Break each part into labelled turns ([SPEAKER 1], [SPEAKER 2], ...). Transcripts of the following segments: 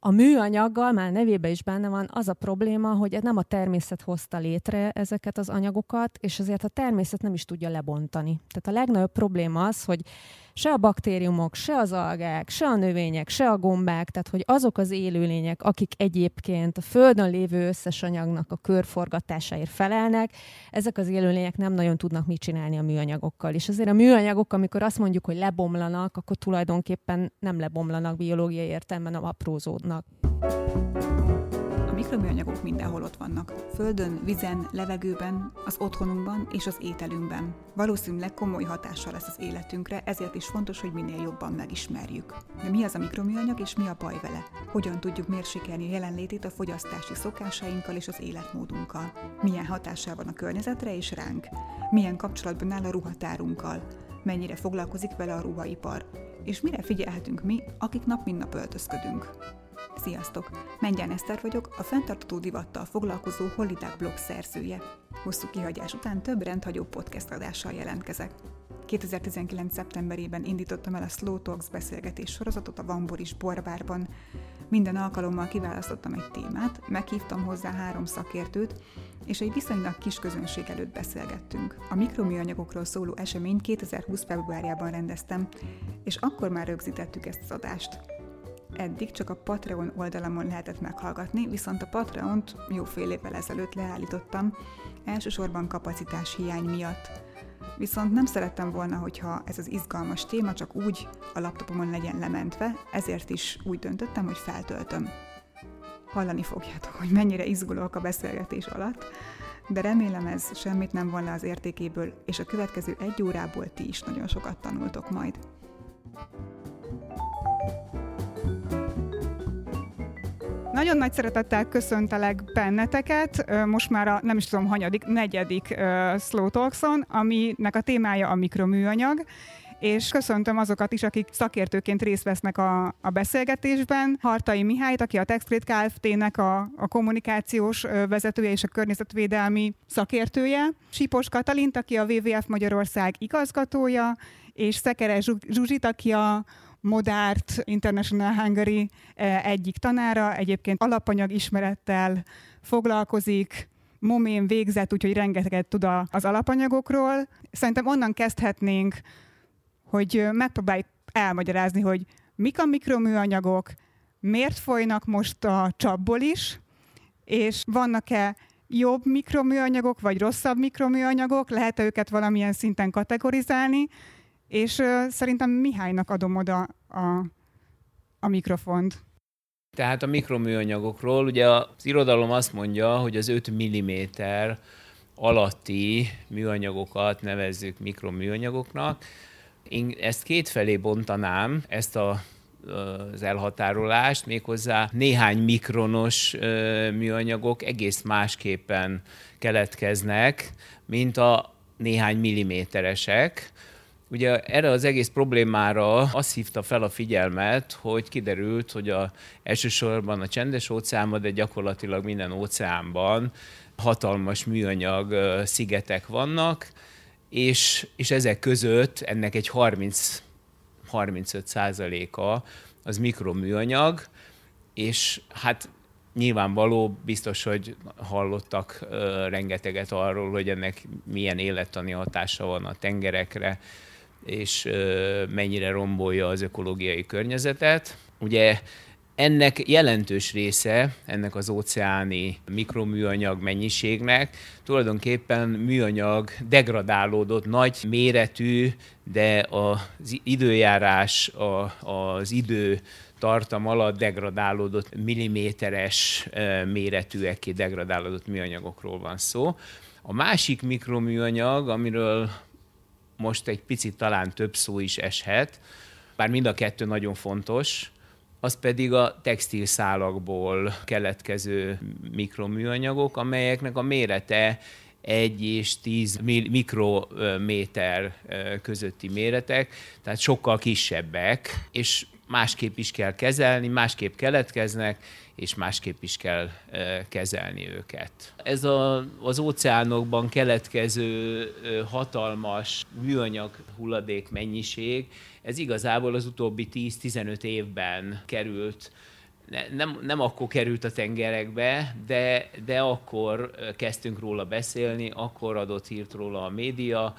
[SPEAKER 1] A műanyaggal már nevében is benne van az a probléma, hogy nem a természet hozta létre ezeket az anyagokat, és ezért a természet nem is tudja lebontani. Tehát a legnagyobb probléma az, hogy se a baktériumok, se az algák, se a növények, se a gombák, tehát hogy azok az élőlények, akik egyébként a Földön lévő összes anyagnak a körforgatásáért felelnek, ezek az élőlények nem nagyon tudnak mit csinálni a műanyagokkal. És azért a műanyagok, amikor azt mondjuk, hogy lebomlanak, akkor tulajdonképpen nem lebomlanak biológiai értelemben, hanem aprózódnak.
[SPEAKER 2] A mikroműanyagok mindenhol ott vannak. Földön, vízen, levegőben, az otthonunkban és az ételünkben. Valószínűleg komoly hatással lesz az életünkre, ezért is fontos, hogy minél jobban megismerjük. De mi az a mikroműanyag és mi a baj vele? Hogyan tudjuk mérsékelni jelenlétét a fogyasztási szokásainkkal és az életmódunkkal? Milyen hatással van a környezetre és ránk? Milyen kapcsolatban áll a ruhatárunkkal? Mennyire foglalkozik vele a ruhaipar? És mire figyelhetünk mi, akik nap mint nap öltözködünk? Sziasztok! Mengyán Eszter vagyok, a fenntartható divattal foglalkozó Holidag blog szerzője. Hosszú kihagyás után több rendhagyó podcast adással jelentkezek. 2019. szeptemberében indítottam el a Slow Talks beszélgetés sorozatot a Vamboris Borbárban. Minden alkalommal kiválasztottam egy témát, meghívtam hozzá 3 szakértőt, és egy viszonylag kis közönség előtt beszélgettünk. A mikroműanyagokról szóló eseményt 2020. februárjában rendeztem, és akkor már rögzítettük ezt az adást. Eddig csak a Patreon oldalamon lehetett meghallgatni, viszont a Patreont jó fél évvel ezelőtt leállítottam, elsősorban kapacitás hiány miatt. Viszont nem szerettem volna, hogyha ez az izgalmas téma csak úgy a laptopomon legyen lementve, ezért is úgy döntöttem, hogy feltöltöm. Hallani fogjátok, hogy mennyire izgulok a beszélgetés alatt, de remélem ez semmit nem von le az értékéből, és a következő 1 órából ti is nagyon sokat tanultok majd. Nagyon nagy szeretettel köszöntelek benneteket, most már a nem is tudom hanyadik, 4. Slow Talkson, aminek a témája a mikroműanyag, és köszöntöm azokat is, akik szakértőként részt vesznek a beszélgetésben. Hartai Mihályt, aki a Textplate Kft-nek a kommunikációs vezetője és a környezetvédelmi szakértője, Sipos Katalint, aki a WWF Magyarország igazgatója, és Szekere Zsuzsit, aki a Modart International Hungary egyik tanára, egyébként alapanyag ismerettel foglalkozik, momén végzett, úgyhogy rengeteget tud az alapanyagokról. Szerintem onnan kezdhetnénk, hogy megpróbáljuk elmagyarázni, hogy mik a mikroműanyagok, miért folynak most a csapból is, és vannak-e jobb mikroműanyagok, vagy rosszabb mikroműanyagok, lehet-e őket valamilyen szinten kategorizálni, és szerintem Mihálynak adom oda a mikrofont.
[SPEAKER 3] Tehát a mikroműanyagokról, ugye az irodalom azt mondja, hogy az 5 mm alatti műanyagokat nevezzük mikroműanyagoknak. Én ezt kétfelé bontanám, ezt az elhatárolást, méghozzá néhány mikronos műanyagok egész másképpen keletkeznek, mint a néhány milliméteresek. Ugye erre az egész problémára azt hívta fel a figyelmet, hogy kiderült, hogy elsősorban a Csendes-óceánban, de gyakorlatilag minden óceánban hatalmas műanyag szigetek vannak, és ezek között ennek egy 30-35%-a az mikroműanyag, és hát nyilvánvaló, biztos, hogy hallottak rengeteget arról, hogy ennek milyen élettani hatása van a tengerekre, és mennyire rombolja az ökológiai környezetet. Ugye ennek jelentős része, ennek az óceáni mikroműanyag mennyiségnek tulajdonképpen műanyag degradálódott, nagy méretű, de az időjárás, az idő tartam alatt degradálódott, milliméteres méretűekké degradálódott műanyagokról van szó. A másik mikroműanyag, amiről most egy picit talán több szó is eshet, bár mind a kettő nagyon fontos, az pedig a textilszálakból keletkező mikroműanyagok, amelyeknek a mérete 1 és 10 mikrométer közötti méretek, tehát sokkal kisebbek, és másképp is kell kezelni, másképp keletkeznek, és másképp is kell kezelni őket. Ez az óceánokban keletkező hatalmas műanyag hulladék mennyiség, ez igazából az utóbbi 10-15 évben került nem akkor került a tengerekbe, de akkor kezdtünk róla beszélni, akkor adott hírt róla a média,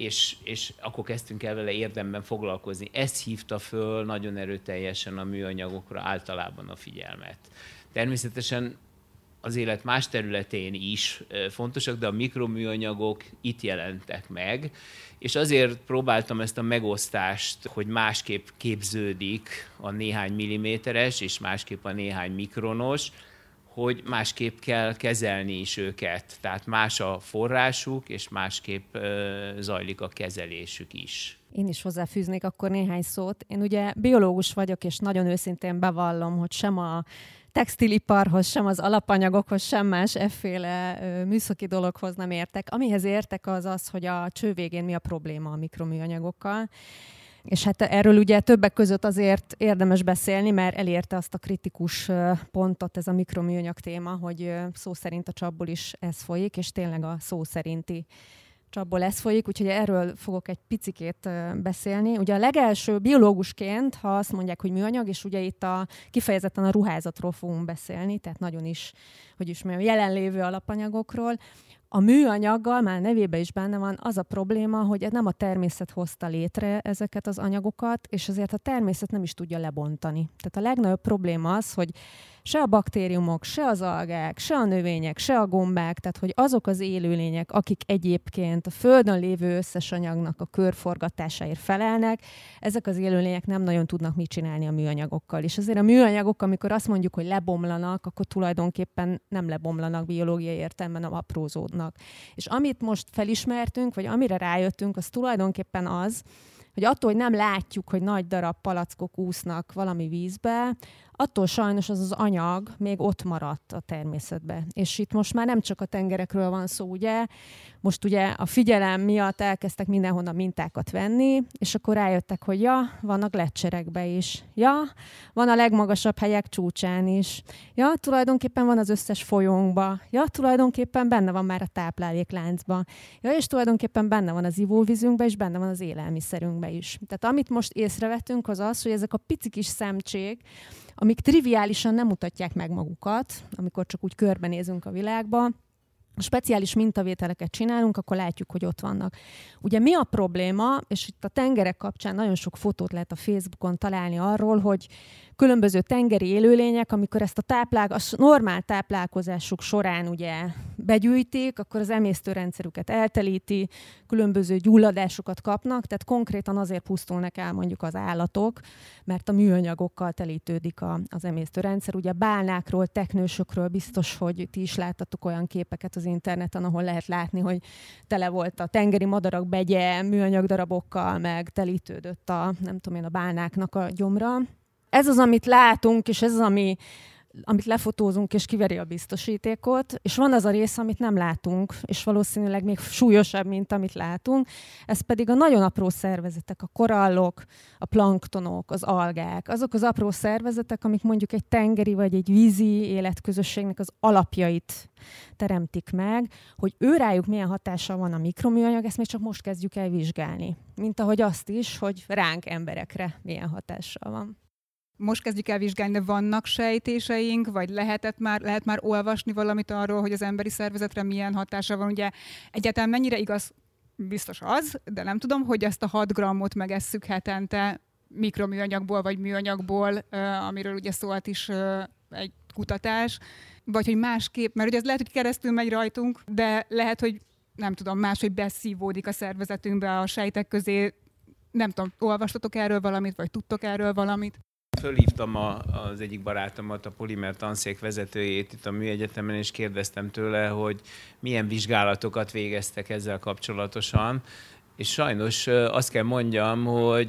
[SPEAKER 3] és akkor kezdtünk el vele érdemben foglalkozni. Ez hívta föl nagyon erőteljesen a műanyagokra általában a figyelmet. Természetesen az élet más területén is fontosak, de a mikroműanyagok itt jelentek meg, és azért próbáltam ezt a megosztást, hogy másképp képződik a néhány milliméteres, és másképp a néhány mikronos, hogy másképp kell kezelni is őket. Tehát más a forrásuk, és másképp zajlik a kezelésük is.
[SPEAKER 1] Én is hozzáfűznék akkor néhány szót. Én ugye biológus vagyok, és nagyon őszintén bevallom, hogy sem a textiliparhoz, sem az alapanyagokhoz, sem más efféle műszaki dologhoz nem értek. Amihez értek az az, hogy a cső végén mi a probléma a mikroműanyagokkal. És hát erről ugye többek között azért érdemes beszélni, mert elérte azt a kritikus pontot ez a mikroműanyag téma, hogy szó szerint a csapból is ez folyik, és tényleg a szó szerinti csapból ez folyik, úgyhogy erről fogok egy picikét beszélni. Ugye a legelső biológusként, ha azt mondják, hogy műanyag, és ugye itt kifejezetten a ruházatról fogunk beszélni, tehát nagyon is, hogy is mondjam, jelenlévő alapanyagokról. A műanyaggal már nevében is benne van az a probléma, hogy nem a természet hozta létre ezeket az anyagokat, és azért a természet nem is tudja lebontani. Tehát a legnagyobb probléma az, hogy se a baktériumok, se az algák, se a növények, se a gombák, tehát hogy azok az élőlények, akik egyébként a Földön lévő összes anyagnak a körforgatásáért felelnek, ezek az élőlények nem nagyon tudnak mit csinálni a műanyagokkal. És azért a műanyagok, amikor azt mondjuk, hogy lebomlanak, akkor tulajdonképpen nem lebomlanak biológiai értelemben, hanem aprózódnak. És amit most felismertünk, vagy amire rájöttünk, az tulajdonképpen az, hogy attól, hogy nem látjuk, hogy nagy darab palackok úsznak valami vízbe, attól sajnos az anyag még ott maradt a természetbe. És itt most már nem csak a tengerekről van szó, ugye? Most ugye a figyelem miatt elkezdtek mindenhonnan mintákat venni, és akkor rájöttek, hogy ja, van a gleccserekbe is. Ja, van a legmagasabb helyek csúcsán is. Ja, tulajdonképpen van az összes folyónkba. Ja, tulajdonképpen benne van már a táplálékláncban. Ja, és tulajdonképpen benne van az ivóvízünkben, és benne van az élelmiszerünkben is. Tehát amit most észrevettünk, az az, hogy ezek a pici kis szemcsék, amik triviálisan nem mutatják meg magukat, amikor csak úgy körbenézünk a világba, speciális mintavételeket csinálunk, akkor látjuk, hogy ott vannak. Ugye mi a probléma, és itt a tengerek kapcsán nagyon sok fotót lehet a Facebookon találni arról, hogy különböző tengeri élőlények, amikor ezt a normál táplálkozásuk során ugye begyűjtik, akkor az emésztőrendszerüket eltelíti, különböző gyulladásokat kapnak, tehát konkrétan azért pusztulnak el mondjuk az állatok, mert a műanyagokkal telítődik az emésztőrendszer. Ugye bálnákról, teknősökről biztos, hogy ti is láttatok olyan képeket az interneten, ahol lehet látni, hogy tele volt a tengeri madarak begye műanyag darabokkal, meg telítődött a bálnáknak a gyomra. Ez az, amit látunk, és ez az, amit lefotózunk, és kiveri a biztosítékot, és van az a rész, amit nem látunk, és valószínűleg még súlyosabb, mint amit látunk. Ez pedig a nagyon apró szervezetek, a korallok, a planktonok, az algák. Azok az apró szervezetek, amik mondjuk egy tengeri vagy egy vízi életközösségnek az alapjait teremtik meg, hogy rájuk milyen hatással van a mikroműanyag, ezt még csak most kezdjük el vizsgálni. Mint ahogy azt is, hogy ránk emberekre milyen hatással van.
[SPEAKER 2] Most kezdjük el vizsgálni, de vannak sejtéseink, vagy lehet már olvasni valamit arról, hogy az emberi szervezetre milyen hatása van. Ugye egyáltalán mennyire igaz, biztos az, de nem tudom, hogy ezt a 6 grammot megesszük hetente mikroműanyagból, vagy műanyagból, amiről ugye szólt is egy kutatás, vagy hogy másképp, mert ugye ez lehet, hogy keresztül megy rajtunk, de lehet, hogy nem tudom, máshogy beszívódik a szervezetünkbe, a sejtek közé. Nem tudom, olvastatok erről valamit, vagy tudtok erről valamit?
[SPEAKER 3] Fölhívtam az egyik barátomat, a polimer tanszék vezetőjét itt a Műegyetemen, és kérdeztem tőle, hogy milyen vizsgálatokat végeztek ezzel kapcsolatosan, és sajnos azt kell mondjam,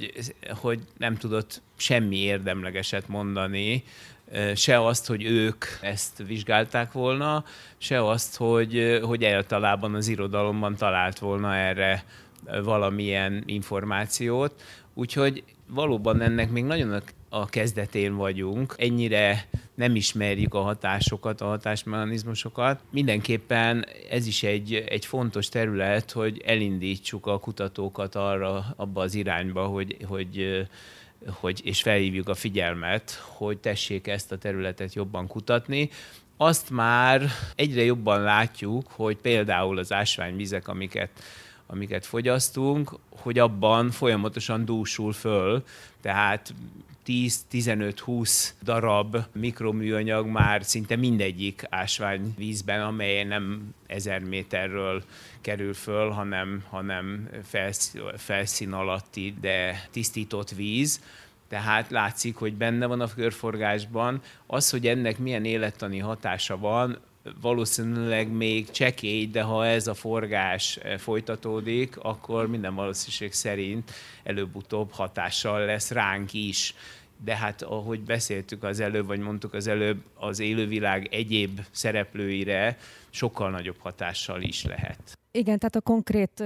[SPEAKER 3] hogy nem tudott semmi érdemlegeset mondani, se azt, hogy ők ezt vizsgálták volna, se azt, hogy általában az irodalomban talált volna erre valamilyen információt. Úgyhogy valóban ennek még nagyon a kezdetén vagyunk. Ennyire nem ismerjük a hatásokat, a hatásmechanizmusokat. Mindenképpen ez is egy fontos terület, hogy elindítsuk a kutatókat abba az irányba, hogy és felhívjuk a figyelmet, hogy tessék ezt a területet jobban kutatni. Azt már egyre jobban látjuk, hogy például az ásványvizek, amiket fogyasztunk, hogy abban folyamatosan dúsul föl, tehát 10-15-20 darab mikroműanyag már szinte mindegyik ásványvízben, amely nem 1000 méterről kerül föl, hanem felszín alatti, de tisztított víz. Tehát látszik, hogy benne van a körforgásban. Az, hogy ennek milyen élettani hatása van, valószínűleg még csekély, de ha ez a forgás folytatódik, akkor minden valószínűség szerint előbb-utóbb hatással lesz ránk is. De hát ahogy beszéltük az előbb, vagy mondtuk az előbb, az élővilág egyéb szereplőire sokkal nagyobb hatással is lehet.
[SPEAKER 1] Igen, tehát a konkrét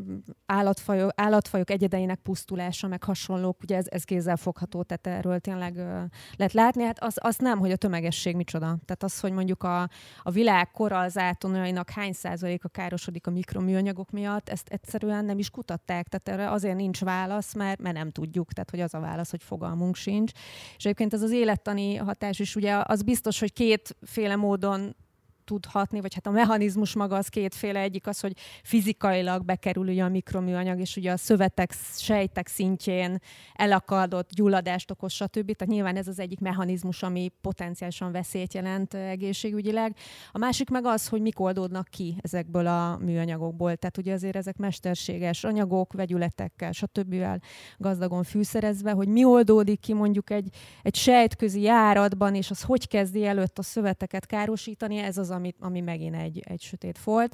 [SPEAKER 1] állatfajok egyedeinek pusztulása, meg hasonlók, ugye ez kézzelfogható, tehát erről tényleg lehet látni. Hát azt nem, hogy a tömegesség micsoda. Tehát az, hogy mondjuk a világ korallzátonainak hány százaléka károsodik a mikroműanyagok miatt, ezt egyszerűen nem is kutatták. Tehát erre azért nincs válasz, mert nem tudjuk. Tehát hogy az a válasz, hogy fogalmunk sincs. És egyébként ez az élettani hatás is, ugye az biztos, hogy kétféle módon tud hatni, vagy hát a mechanizmus maga az kétféle. Egyik az, hogy fizikailag bekerül ugye a mikroműanyag, és ugye a szövetek, sejtek szintjén elakadott gyulladást okoz, stb. Tehát nyilván ez az egyik mechanizmus, ami potenciálisan veszélyt jelent egészségügyileg. A másik meg az, hogy mik oldódnak ki ezekből a műanyagokból. Tehát ugye azért ezek mesterséges anyagok, vegyületekkel, stb. Gazdagon fűszerezve, hogy mi oldódik ki mondjuk egy sejtközi járatban, és az hogy kezdi előtt a szöveteket károsítani, ez az, ami megint egy sötét folt.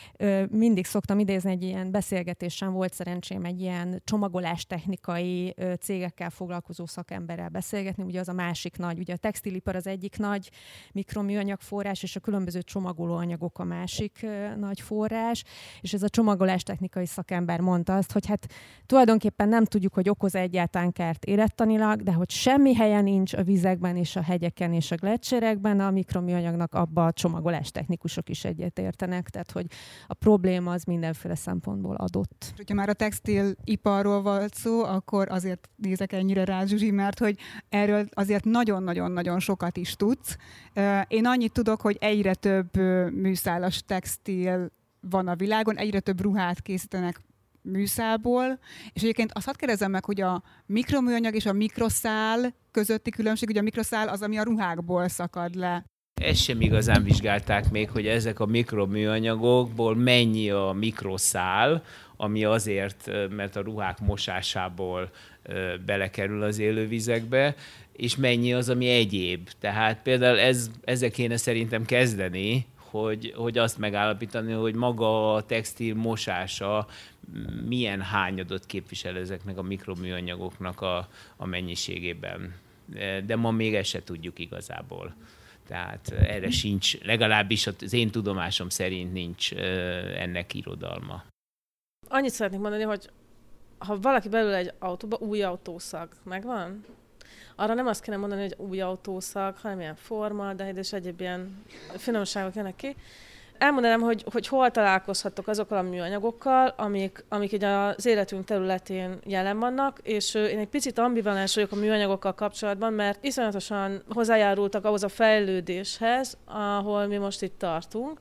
[SPEAKER 1] Mindig szoktam idézni, egy ilyen beszélgetésen volt szerencsém egy ilyen csomagolástechnikai cégekkel foglalkozó szakemberrel beszélgetni, ugye az a másik nagy, ugye a textilipar az egyik nagy mikroműanyag forrás, és a különböző csomagolóanyagok a másik nagy forrás, és ez a csomagolástechnikai szakember mondta azt, hogy hát tulajdonképpen nem tudjuk, hogy okoz egyáltalán kárt élettanilag, de hogy semmi helye nincs a vizekben és a hegyeken és a gleccserekben, a mikroműanyagnak abba a csomagolástechnikusok is egyetértenek, tehát hogy a probléma az mindenféle szempontból adott.
[SPEAKER 2] Hogyha már a textiliparról volt szó, akkor azért nézek ennyire rá, Zsuzsi, mert hogy erről azért nagyon-nagyon-nagyon sokat is tudsz. Én annyit tudok, hogy egyre több műszálas textil van a világon, egyre több ruhát készítenek műszálból, és egyébként azt hadd kérdezzem meg, hogy a mikroműanyag és a mikroszál közötti különbség, ugye a mikroszál az, ami a ruhákból szakad le.
[SPEAKER 3] Ezt sem igazán vizsgálták még, hogy ezek a mikroműanyagokból mennyi a mikroszál, ami azért, mert a ruhák mosásából belekerül az élővizekbe, és mennyi az, ami egyéb. Tehát például ezzel kéne szerintem kezdeni, hogy azt megállapítani, hogy maga a textil mosása milyen hányadot képvisel ezeknek a mikroműanyagoknak a mennyiségében. De ma még ezt se tudjuk igazából. Tehát erre sincs, legalábbis az én tudomásom szerint nincs ennek irodalma.
[SPEAKER 4] Annyit szeretnék mondani, hogy ha valaki belül egy autóba, új autószag megvan, arra nem azt kéne mondani, hogy új autószag, hanem ilyen formaldehid és egyéb ilyen finomságok jönnek ki. Elmondanám, hogy hol találkozhattok azokkal a műanyagokkal, amik így az életünk területén jelen vannak, és én egy picit ambivalens vagyok a műanyagokkal kapcsolatban, mert iszonyatosan hozzájárultak ahhoz a fejlődéshez, ahol mi most itt tartunk,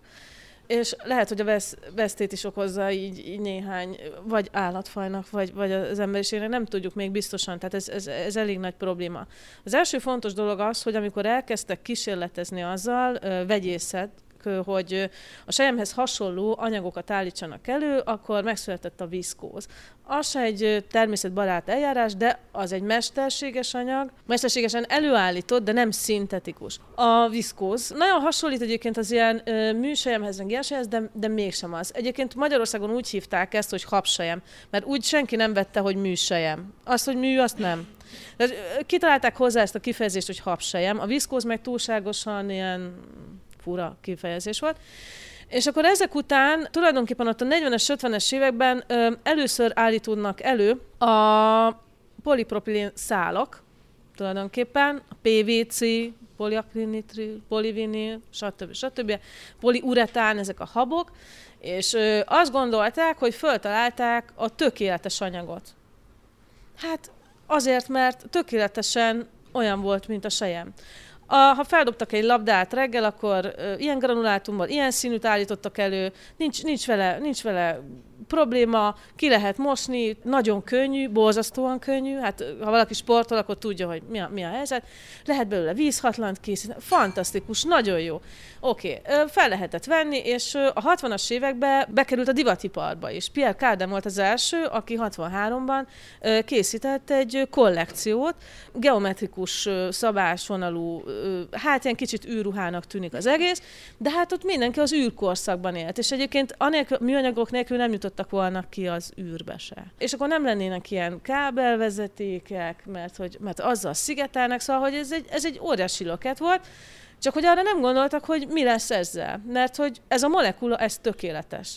[SPEAKER 4] és lehet, hogy a vesztét is okozza így néhány, vagy állatfajnak, vagy az emberiségnek, nem tudjuk még biztosan, tehát ez elég nagy probléma. Az első fontos dolog az, hogy amikor elkezdtek kísérletezni azzal, vegyészet, hogy a selyemhez hasonló anyagokat állítsanak elő, akkor megszületett a viszkóz. Az se egy természetbarát eljárás, de az egy mesterséges anyag, mesterségesen előállított, de nem szintetikus. A viszkóz nagyon hasonlít egyébként az ilyen műselyemhez, meg ilyen selyemhez, de mégsem az. Egyébként Magyarországon úgy hívták ezt, hogy habselyem, mert úgy senki nem vette, hogy műselyem. Azt, hogy mű, azt nem. De kitalálták hozzá ezt a kifejezést, hogy habselyem. A viszkóz meg túlságosan ilyen fura kifejezés volt. És akkor ezek után tulajdonképpen ott a 40-es, 50-es években először állítódnak elő a polipropilén szálak, tulajdonképpen a PVC, poliakrinitril, polivinil, stb. Poliuretán, ezek a habok, és azt gondolták, hogy föltalálták a tökéletes anyagot. Hát azért, mert tökéletesen olyan volt, mint a sejem. Ha feldobtak egy labdát reggel, akkor ilyen granulátummal, ilyen színűt állítottak elő, nincs vele probléma, ki lehet mosni, nagyon könnyű, borzasztóan könnyű, hát ha valaki sportol, akkor tudja, hogy mi a helyzet. Lehet belőle vízhatlant készíteni, fantasztikus, nagyon jó. Oké, fel lehetett venni, és a 60-as években bekerült a divatiparba is. Pierre Cardin volt az első, aki 63-ban készített egy kollekciót, geometrikus szabásvonalú, hát ilyen kicsit űrruhának tűnik az egész, de hát ott mindenki az űrkorszakban élt, és egyébként műanyagok nélkül nem jutottak volna ki az űrbe se. És akkor nem lennének ilyen kábelvezetékek, mert azzal szigetelnek, szóval hogy ez egy óriási löket volt, csak hogy arra nem gondoltak, hogy mi lesz ezzel, mert hogy ez a molekula, ez tökéletes.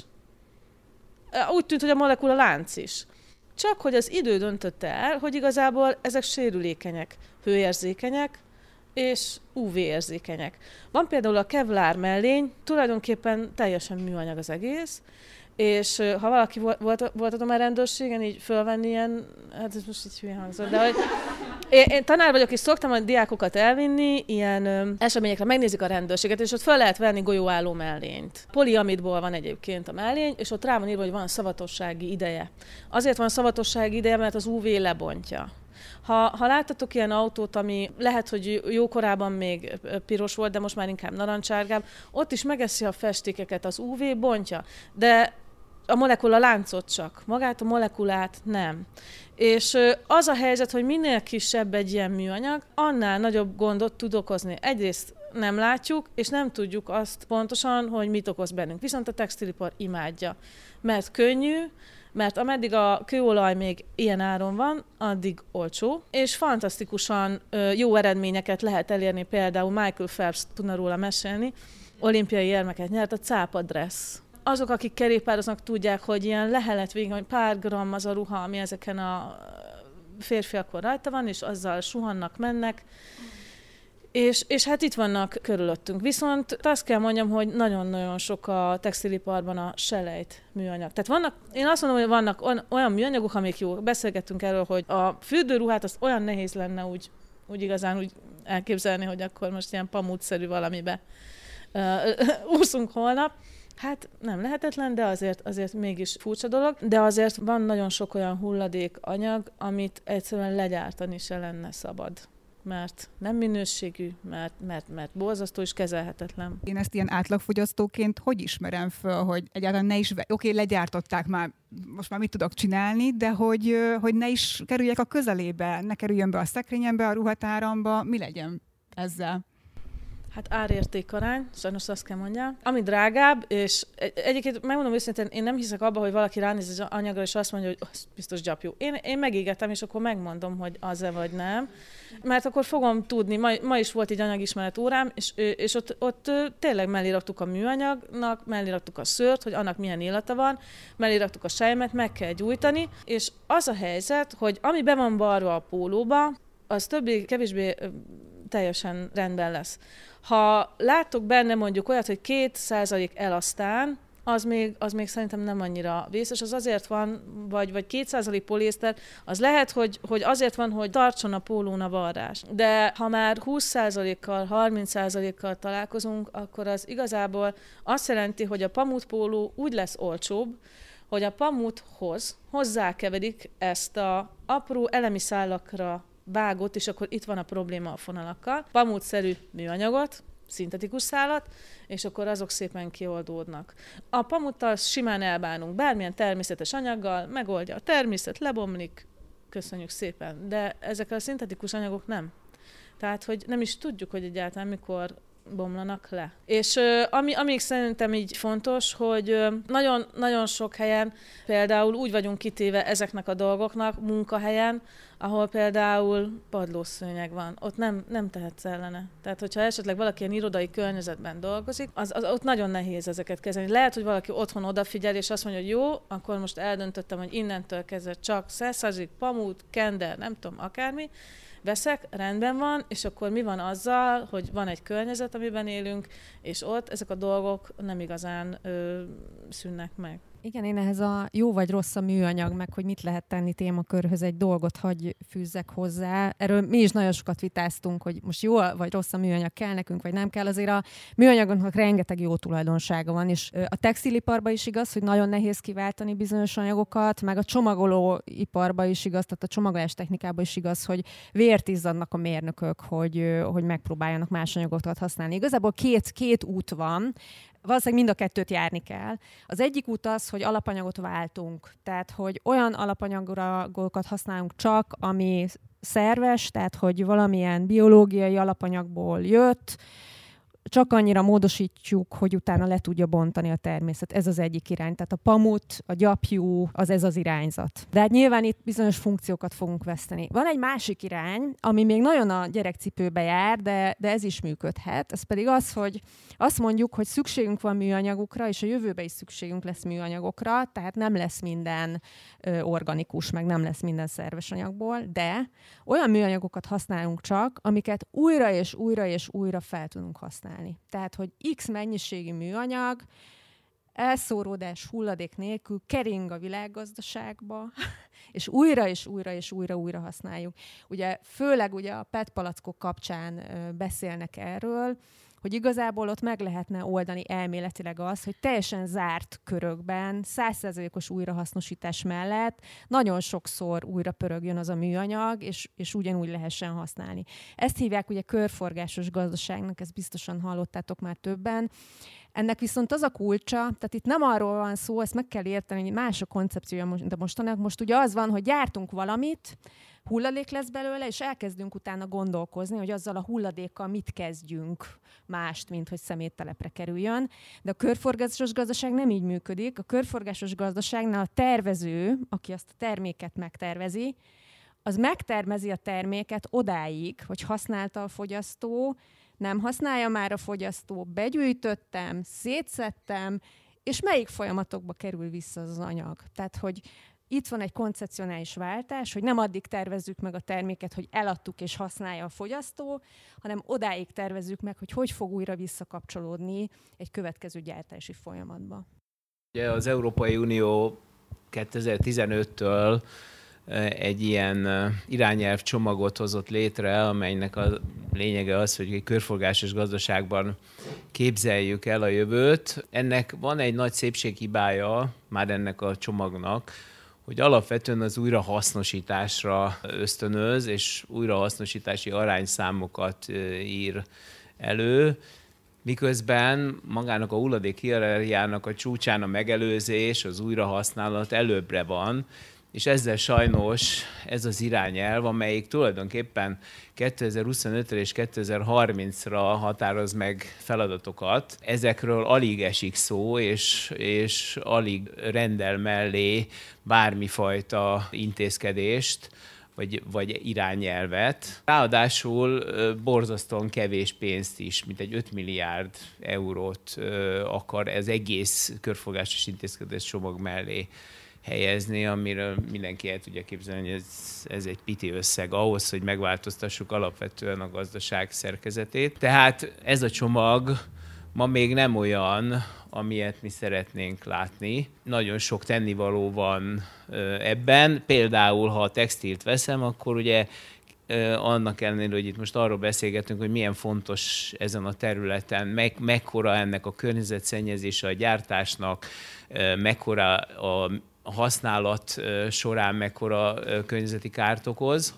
[SPEAKER 4] Úgy tűnt, hogy a molekula lánc is. Csak hogy az idő döntötte el, hogy igazából ezek sérülékenyek, hőérzékenyek, és UV-érzékenyek. Van például a Kevlar mellény, tulajdonképpen teljesen műanyag az egész, és ha valaki voltatom már rendőrségen, így fölvenni ilyen, hát ez most így hülye hangzott, de hogy én tanár vagyok, és szoktam a diákokat elvinni ilyen eseményekre, megnézik a rendőrséget, és ott föl lehet venni golyóálló mellényt. Poliamidból van egyébként a mellény, és ott rá van írva, hogy van szavatossági ideje. Azért van szavatossági ideje, mert az UV lebontja. Ha láttatok ilyen autót, ami lehet, hogy jókorában még piros volt, de most már inkább narancsárgább, ott is megeszi a festékeket, az UV bontja, de a molekula láncot csak, magát a molekulát nem. És az a helyzet, hogy minél kisebb egy ilyen műanyag, annál nagyobb gondot tud okozni. Egyrészt nem látjuk, és nem tudjuk azt pontosan, hogy mit okoz bennünk. Viszont a textilipar imádja, mert könnyű, mert ameddig a kőolaj még ilyen áron van, addig olcsó, és fantasztikusan jó eredményeket lehet elérni, például Michael Phelps tudna róla mesélni, olimpiai érmeket nyert, a cápa dressz. Azok, akik kerékpároznak, tudják, hogy ilyen lehelet végig, hogy pár gramm az a ruha, ami ezeken a férfiakon rajta van, és azzal suhannak, mennek. És hát itt vannak körülöttünk. Viszont azt kell mondjam, hogy nagyon-nagyon sok a textiliparban a selejt műanyag. Tehát én azt mondom, hogy vannak olyan műanyagok, amik jó. Beszélgettünk erről, hogy a fürdőruhát azt olyan nehéz lenne úgy igazán úgy elképzelni, hogy akkor most ilyen pamutszerű valamibe úszunk holnap. Hát nem lehetetlen, de azért mégis furcsa dolog, de azért van nagyon sok olyan hulladékanyag, amit egyszerűen legyártani se lenne szabad. Mert nem minőségű, mert borzasztó és kezelhetetlen.
[SPEAKER 2] Én ezt ilyen átlagfogyasztóként hogy ismerem föl, hogy egyáltalán ne is, legyártották már, most már mit tudok csinálni, de hogy ne is kerüljek a közelébe, ne kerüljön be a szekrényembe, a ruhatáramba, mi legyen ezzel?
[SPEAKER 4] Hát ár-érték-arány, sajnos azt kell mondjam. Ami drágább, és egyébként megmondom őszintén, én nem hiszek abba, hogy valaki ránéz az anyagra, és azt mondja, hogy biztos gyapjú. Én megégetem, és akkor megmondom, hogy az-e vagy nem. Mert akkor fogom tudni, ma is volt egy anyagismeret órám, és ott tényleg mellé raktuk a műanyagnak, mellé raktuk a szőrt, hogy annak milyen illata van, mellé raktuk a selymet, meg kell gyújtani, és az a helyzet, hogy ami be van varva a pólóba, az többé-kevésbé teljesen rendben lesz. Ha láttok benne mondjuk olyat, hogy 2% elasztán, az még szerintem nem annyira vészes, az azért van, vagy 2% poliészter, az lehet, hogy azért van, hogy tartson a pólón a varrás. De ha már 20%-kal, 30%-kal találkozunk, akkor az igazából azt jelenti, hogy a pamutpóló úgy lesz olcsóbb, hogy a pamuthoz hozzákeverik ezt a apró elemi szálakra vágott, és akkor itt van a probléma a fonalakkal, pamutszerű műanyagot, szintetikus szálat, és akkor azok szépen kioldódnak. A pamuttal simán elbánunk, bármilyen természetes anyaggal, megoldja a természet, lebomlik, köszönjük szépen, de ezek a szintetikus anyagok nem. Tehát, hogy nem is tudjuk, hogy egyáltalán mikor bomlanak le. És amíg szerintem így fontos, hogy nagyon sok helyen például úgy vagyunk kitéve ezeknek a dolgoknak munkahelyen, ahol például padlószőnyeg van. Ott nem tehetsz ellene. Tehát, hogyha esetleg valaki ilyen irodai környezetben dolgozik, ott nagyon nehéz ezeket kezelni. Lehet, hogy valaki otthon odafigyel, és azt mondja, hogy jó, akkor most eldöntöttem, hogy innentől kezdve csak 100% pamut, kender, nem tudom, akármi, veszek, rendben van, és akkor mi van azzal, hogy van egy környezet, amiben élünk, és ott ezek a dolgok nem igazán szűnnek meg.
[SPEAKER 1] Igen, én ehhez a jó vagy rossz a műanyag, meg hogy mit lehet tenni témakörhöz egy dolgot, hagy fűzzek hozzá. Erről mi is nagyon sokat vitáztunk, hogy most jó vagy rossz a műanyag, kell nekünk, vagy nem kell. Azért a műanyagoknak rengeteg jó tulajdonsága van, és a textiliparban is igaz, hogy nagyon nehéz kiváltani bizonyos anyagokat, meg a csomagolóiparban is igaz, tehát a csomagolás technikában is igaz, hogy vért izzadnak a mérnökök, hogy megpróbáljanak más anyagokat használni. Igazából két út van. Valószínűleg mind a kettőt járni kell. Az egyik út az, hogy alapanyagot váltunk. Tehát, hogy olyan alapanyagokat használunk csak, ami szerves, tehát, hogy valamilyen biológiai alapanyagból jött, csak annyira módosítjuk, hogy utána le tudja bontani a természet. Ez az egyik irány. Tehát a pamut, a gyapjú, ez az irányzat. De hát nyilván itt bizonyos funkciókat fogunk veszteni. Van egy másik irány, ami még nagyon a gyerekcipőbe jár, de ez is működhet. Ez pedig az, hogy azt mondjuk, hogy szükségünk van műanyagokra, és a jövőben is szükségünk lesz műanyagokra, tehát nem lesz minden organikus, meg nem lesz minden szerves anyagból, de olyan műanyagokat használunk csak, amiket újra és újra és újra fel tudunk használni. Tehát, hogy X mennyiségű műanyag elszóródás hulladék nélkül kering a világgazdaságba, és újra és újra és újra használjuk. Ugye főleg ugye a PET palackok kapcsán beszélnek erről, hogy igazából ott meg lehetne oldani elméletileg az, hogy teljesen zárt körökben, 100%-os újrahasznosítás mellett nagyon sokszor újra pörögjön az a műanyag, és ugyanúgy lehessen használni. Ezt hívják ugye körforgásos gazdaságnak, ezt biztosan hallottátok már többen. Ennek viszont az a kulcsa, tehát itt nem arról van szó, ezt meg kell érteni, hogy más a koncepciója, de most ugye az van, hogy gyártunk valamit, hulladék lesz belőle, és elkezdünk utána gondolkozni, hogy azzal a hulladékkal mit kezdjünk mást, mint hogy szeméttelepre kerüljön. De a körforgásos gazdaság nem így működik. A körforgásos gazdaságnál a tervező, aki azt a terméket megtervezi, az megtermezi a terméket odáig, hogy használta a fogyasztó, nem használja már a fogyasztó, begyűjtöttem, szétszedtem, és melyik folyamatokba kerül vissza az anyag. Tehát, hogy itt van egy koncepcionális váltás, hogy nem addig tervezzük meg a terméket, hogy eladtuk és használja a fogyasztó, hanem odáig tervezzük meg, hogy fog újra visszakapcsolódni egy következő gyártási folyamatba.
[SPEAKER 3] Ugye az Európai Unió 2015-től egy ilyen irányelv csomagot hozott létre, amelynek a lényege az, hogy egy körforgásos gazdaságban képzeljük el a jövőt. Ennek van egy nagy szépséghibája, már ennek a csomagnak, hogy alapvetően az újrahasznosításra ösztönöz, és újrahasznosítási arányszámokat ír elő, miközben magának a hulladék hierarchiának a csúcsán a megelőzés, az újrahasználat előbbre van, és ezzel sajnos ez az irányelv, amelyik tulajdonképpen 2025-re és 2030-ra határoz meg feladatokat, ezekről alig esik szó, és alig rendel mellé bármifajta intézkedést, vagy irányelvet. Ráadásul borzasztóan kevés pénzt is, mint egy 5 milliárd eurót akar ez egész körforgásos intézkedés csomag mellé helyezni, amiről mindenki el tudja képzelni, hogy ez egy piti összeg ahhoz, hogy megváltoztassuk alapvetően a gazdaság szerkezetét. Tehát ez a csomag ma még nem olyan, amilyet mi szeretnénk látni. Nagyon sok tennivaló van ebben. Például, ha a textilt veszem, akkor ugye annak ellenére, hogy itt most arról beszélgetünk, hogy milyen fontos ezen a területen, mekkora ennek a környezetszennyezése a gyártásnak, mekkora a használat során mekkora környezeti kárt okoz.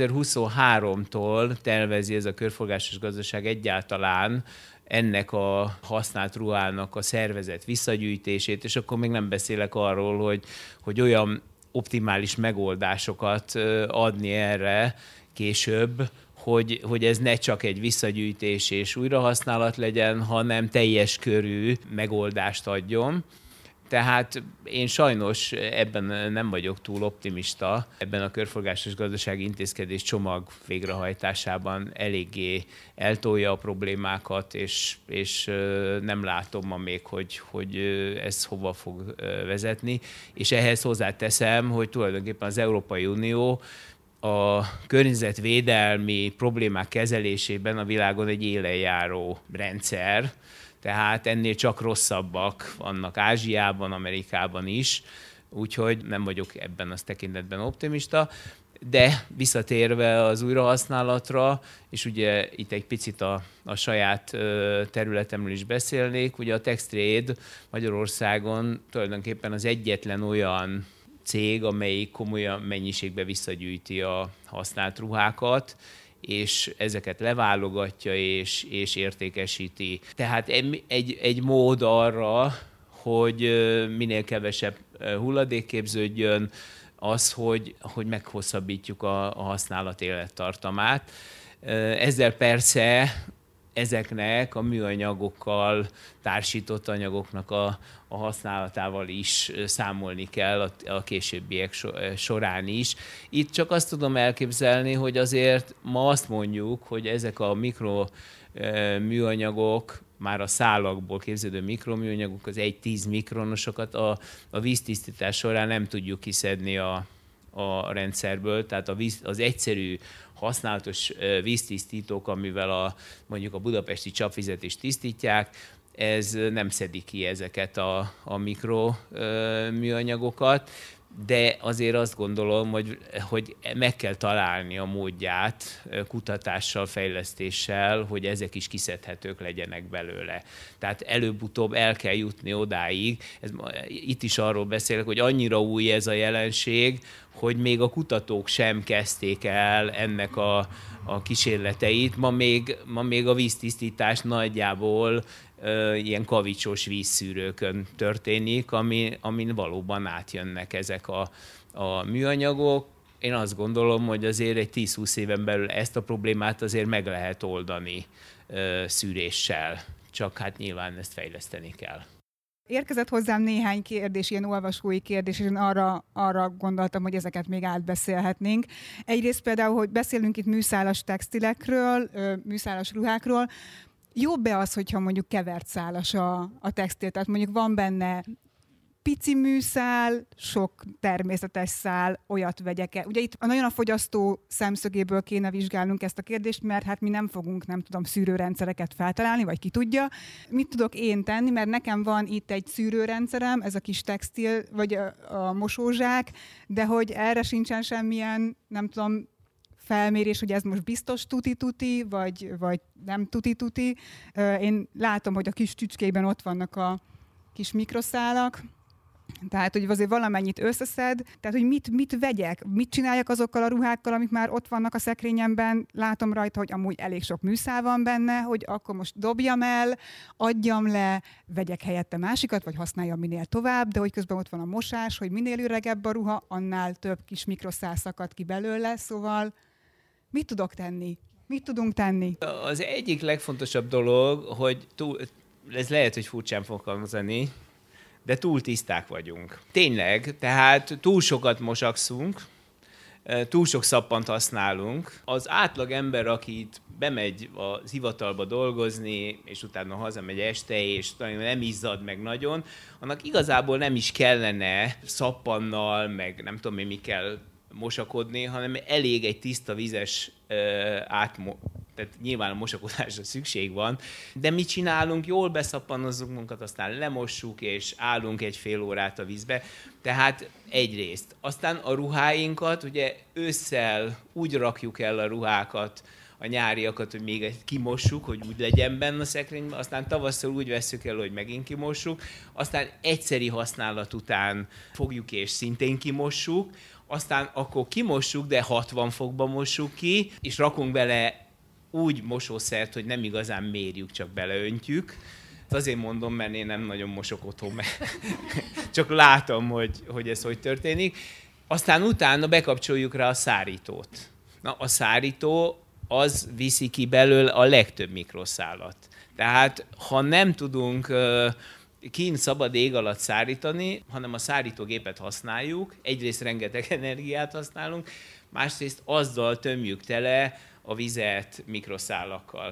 [SPEAKER 3] 2023-tól tervezi ez a körforgásos gazdaság egyáltalán ennek a használt ruhának a szervezett visszagyűjtését, és akkor még nem beszélek arról, hogy olyan optimális megoldásokat adni erre később, hogy ez ne csak egy visszagyűjtés és újrahasználat legyen, hanem teljes körű megoldást adjon. Tehát én sajnos ebben nem vagyok túl optimista, ebben a körforgásos gazdasági intézkedés csomag végrehajtásában eléggé eltolja a problémákat, és nem látom ma még, hogy ez hova fog vezetni. És ehhez hozzáteszem, hogy tulajdonképpen az Európai Unió a környezetvédelmi problémák kezelésében a világon egy élenjáró rendszer. Tehát ennél csak rosszabbak vannak Ázsiában, Amerikában is, úgyhogy nem vagyok ebben az tekintetben optimista. De visszatérve az újrahasználatra, és ugye itt egy picit a saját területemről is beszélnék, ugye a Textrade Magyarországon tulajdonképpen az egyetlen olyan cég, amelyik komolyan mennyiségben visszagyűjti a használt ruhákat, és ezeket leválogatja és értékesíti. Tehát egy mód arra, hogy minél kevesebb hulladék képződjön, az, hogy meghosszabbítjuk a használat élettartamát. Ezzel persze ezeknek a műanyagokkal, társított anyagoknak a használatával is számolni kell a későbbiek során is. Itt csak azt tudom elképzelni, hogy azért ma azt mondjuk, hogy ezek a mikroműanyagok, már a szálakból képződő mikroműanyagok, az 1-10 mikronosokat a víztisztítás során nem tudjuk kiszedni a rendszerből, tehát az egyszerű használatos víztisztítók, amivel mondjuk a budapesti csapvizet is tisztítják, ez nem szedi ki ezeket a mikroműanyagokat, de azért azt gondolom, hogy meg kell találni a módját kutatással, fejlesztéssel, hogy ezek is kiszedhetők legyenek belőle. Tehát előbb-utóbb el kell jutni odáig. Itt is arról beszélek, hogy annyira új ez a jelenség, hogy még a kutatók sem kezdték el ennek a kísérleteit. Ma még a víztisztítás nagyjából ilyen kavicsos vízszűrőkön történik, amin valóban átjönnek ezek a műanyagok. Én azt gondolom, hogy azért egy 10-20 éven belül ezt a problémát azért meg lehet oldani szűréssel. Csak hát nyilván ezt fejleszteni kell.
[SPEAKER 2] Érkezett hozzám néhány kérdés, ilyen olvasói kérdés, és én arra gondoltam, hogy ezeket még átbeszélhetnénk. Egyrészt például, hogy beszélünk itt műszálas textilekről, műszálas ruhákról. Jobb-e az, hogyha mondjuk kevert szálas a textil? Tehát mondjuk van benne pici műszál, sok természetes szál, olyat vegyek-e? Ugye itt nagyon a fogyasztó szemszögéből kéne vizsgálnunk ezt a kérdést, mert hát mi nem fogunk, nem tudom, szűrőrendszereket feltalálni, vagy ki tudja. Mit tudok én tenni, mert nekem van itt egy szűrőrendszerem, ez a kis textil, vagy a mosózsák, de hogy erre sincsen semmilyen, nem tudom, felmérés, hogy ez most biztos tuti-tuti, vagy nem tuti-tuti. Én látom, hogy a kis csücskében ott vannak a kis mikroszálak, tehát, hogy azért valamennyit összeszed, tehát, hogy mit vegyek, mit csináljak azokkal a ruhákkal, amik már ott vannak a szekrényemben, látom rajta, hogy amúgy elég sok műszál van benne, hogy akkor most dobjam el, adjam le, vegyek helyette másikat, vagy használjam minél tovább, de hogy közben ott van a mosás, hogy minél öregebb a ruha, annál több kis mikroszál szakad ki belőle, szóval mit tudok tenni? Mit tudunk tenni?
[SPEAKER 3] Az egyik legfontosabb dolog, hogy ez lehet, hogy furcsán fog hangzani, de túl tiszták vagyunk. Tényleg, tehát túl sokat mosakszunk, túl sok szappant használunk. Az átlag ember, aki itt bemegy az hivatalba dolgozni, és utána hazamegy este, és nem izzad meg nagyon, annak igazából nem is kellene szappannal, meg nem tudom én mi kell mosakodni, hanem elég egy tiszta vizes tehát nyilván a mosakodásra szükség van, de mit csinálunk? Jól beszappannozzunk munkat, aztán lemossuk, és állunk egy fél órát a vízbe. Tehát egyrészt. Aztán a ruháinkat, ugye ősszel úgy rakjuk el a ruhákat, a nyáriakat, hogy még kimossuk, hogy úgy legyen benne a szekrényben, aztán tavasszal úgy vesszük el, hogy megint kimossuk, aztán egyszeri használat után fogjuk és szintén kimossuk, aztán akkor kimossuk, de 60 fokba mossuk ki, és rakunk bele úgy mosószert, hogy nem igazán mérjük, csak beleöntjük. Azért mondom, mert én nem nagyon mosok otthon, mert csak látom, hogy ez hogy történik. Aztán utána bekapcsoljuk rá a szárítót. Na, a szárító az viszi ki belőle a legtöbb mikroszálat. Tehát, ha nem tudunk kint szabad ég alatt szárítani, hanem a szárítógépet használjuk, egyrészt rengeteg energiát használunk, másrészt azzal tömjük tele a vizet mikroszálakkal.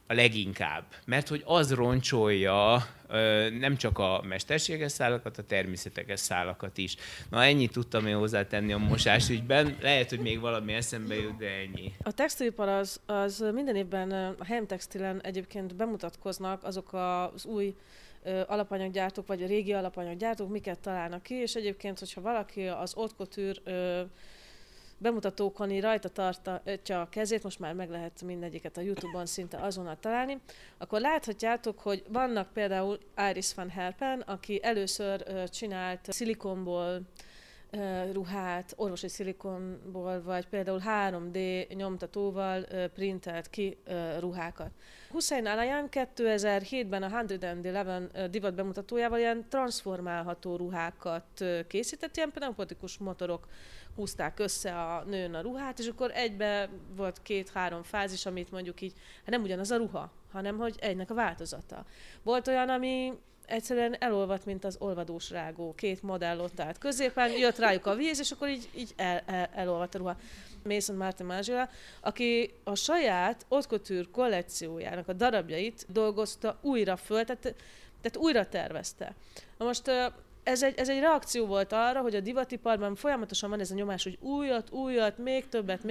[SPEAKER 3] a leginkább, mert hogy az roncsolja nem csak a mesterséges szálakat, a természetes szálakat is. Na, ennyit tudtam én hozzátenni a mosásügyben. Lehet, hogy még valami eszembe jut, de ennyi.
[SPEAKER 4] A textilipar az minden évben a Hemtextilen egyébként bemutatkoznak azok az új alapanyaggyártók, vagy a régi alapanyaggyártók, miket találnak ki, és egyébként, hogyha valaki az haute couture bemutatókon rajta tartja a kezét, most már meg lehet mindegyiket a YouTube-on szinte azonnal találni, akkor láthatjátok, hogy vannak például Iris van Herpen, aki először csinált szilikonból ruhát, orvosi szilikonból, vagy például 3D nyomtatóval printelt ki ruhákat. Hussein Alayan 2007-ben a 111 divat bemutatójával ilyen transformálható ruhákat készített, ilyen pneumatikus motorok húzták össze a nőn a ruhát, és akkor egybe volt 2-3 fázis, amit mondjuk így, hát nem ugyanaz a ruha, hanem hogy egynek a változata. Volt olyan, ami egyszerűen elolvadt, mint az olvadós rágó. 2 modell ott állt középen, jött rájuk a víz, és akkor így elolvadt a ruha. Mason Martin Margiela, aki a saját haute couture kollekciójának a darabjait dolgozta újra föl, tehát újra tervezte. Na most ez egy reakció volt arra, hogy a divatiparban folyamatosan van ez a nyomás, hogy újat, még többet,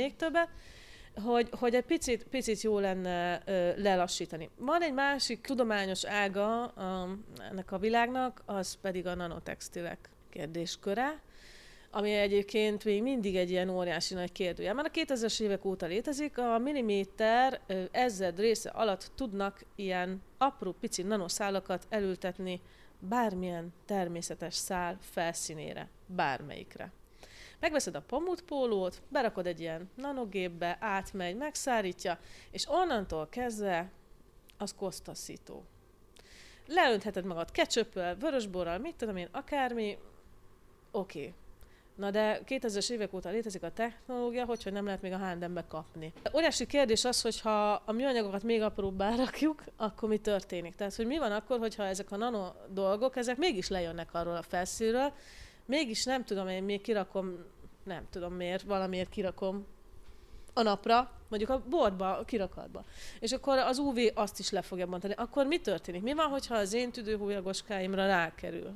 [SPEAKER 4] hogy egy picit jó lenne lelassítani. Van egy másik tudományos ága ennek a világnak, az pedig a nanotextilek kérdésköre, ami egyébként még mindig egy ilyen óriási nagy kérdőjel. Már a 2000-es évek óta létezik, a milliméter ezred része alatt tudnak ilyen apró pici nanoszálakat elültetni bármilyen természetes szál felszínére, bármelyikre. Megveszed a pamutpólót, berakod egy ilyen nanogépbe, átmegy, megszárítja, és onnantól kezdve az kosztaszító. Leöntheted magad ketchuppel, vörösborral, mit tudom én, akármi, oké. Na de 2000-es évek óta létezik a technológia, hogy nem lehet még a H&M-be kapni. Óriási kérdés az, hogy ha a műanyagokat még apróbbá rakjuk, akkor mi történik? Tehát, hogy mi van akkor, hogyha ezek a nano dolgok, ezek mégis lejönnek arról a felszínről, mégis nem tudom, én még kirakom, nem tudom miért, valamiért kirakom a napra, mondjuk a bordba, a kirakatba. És akkor az UV azt is le fogja bontani. Akkor mi történik? Mi van, hogyha az én tüdőhúlyagoskáimra rákerül?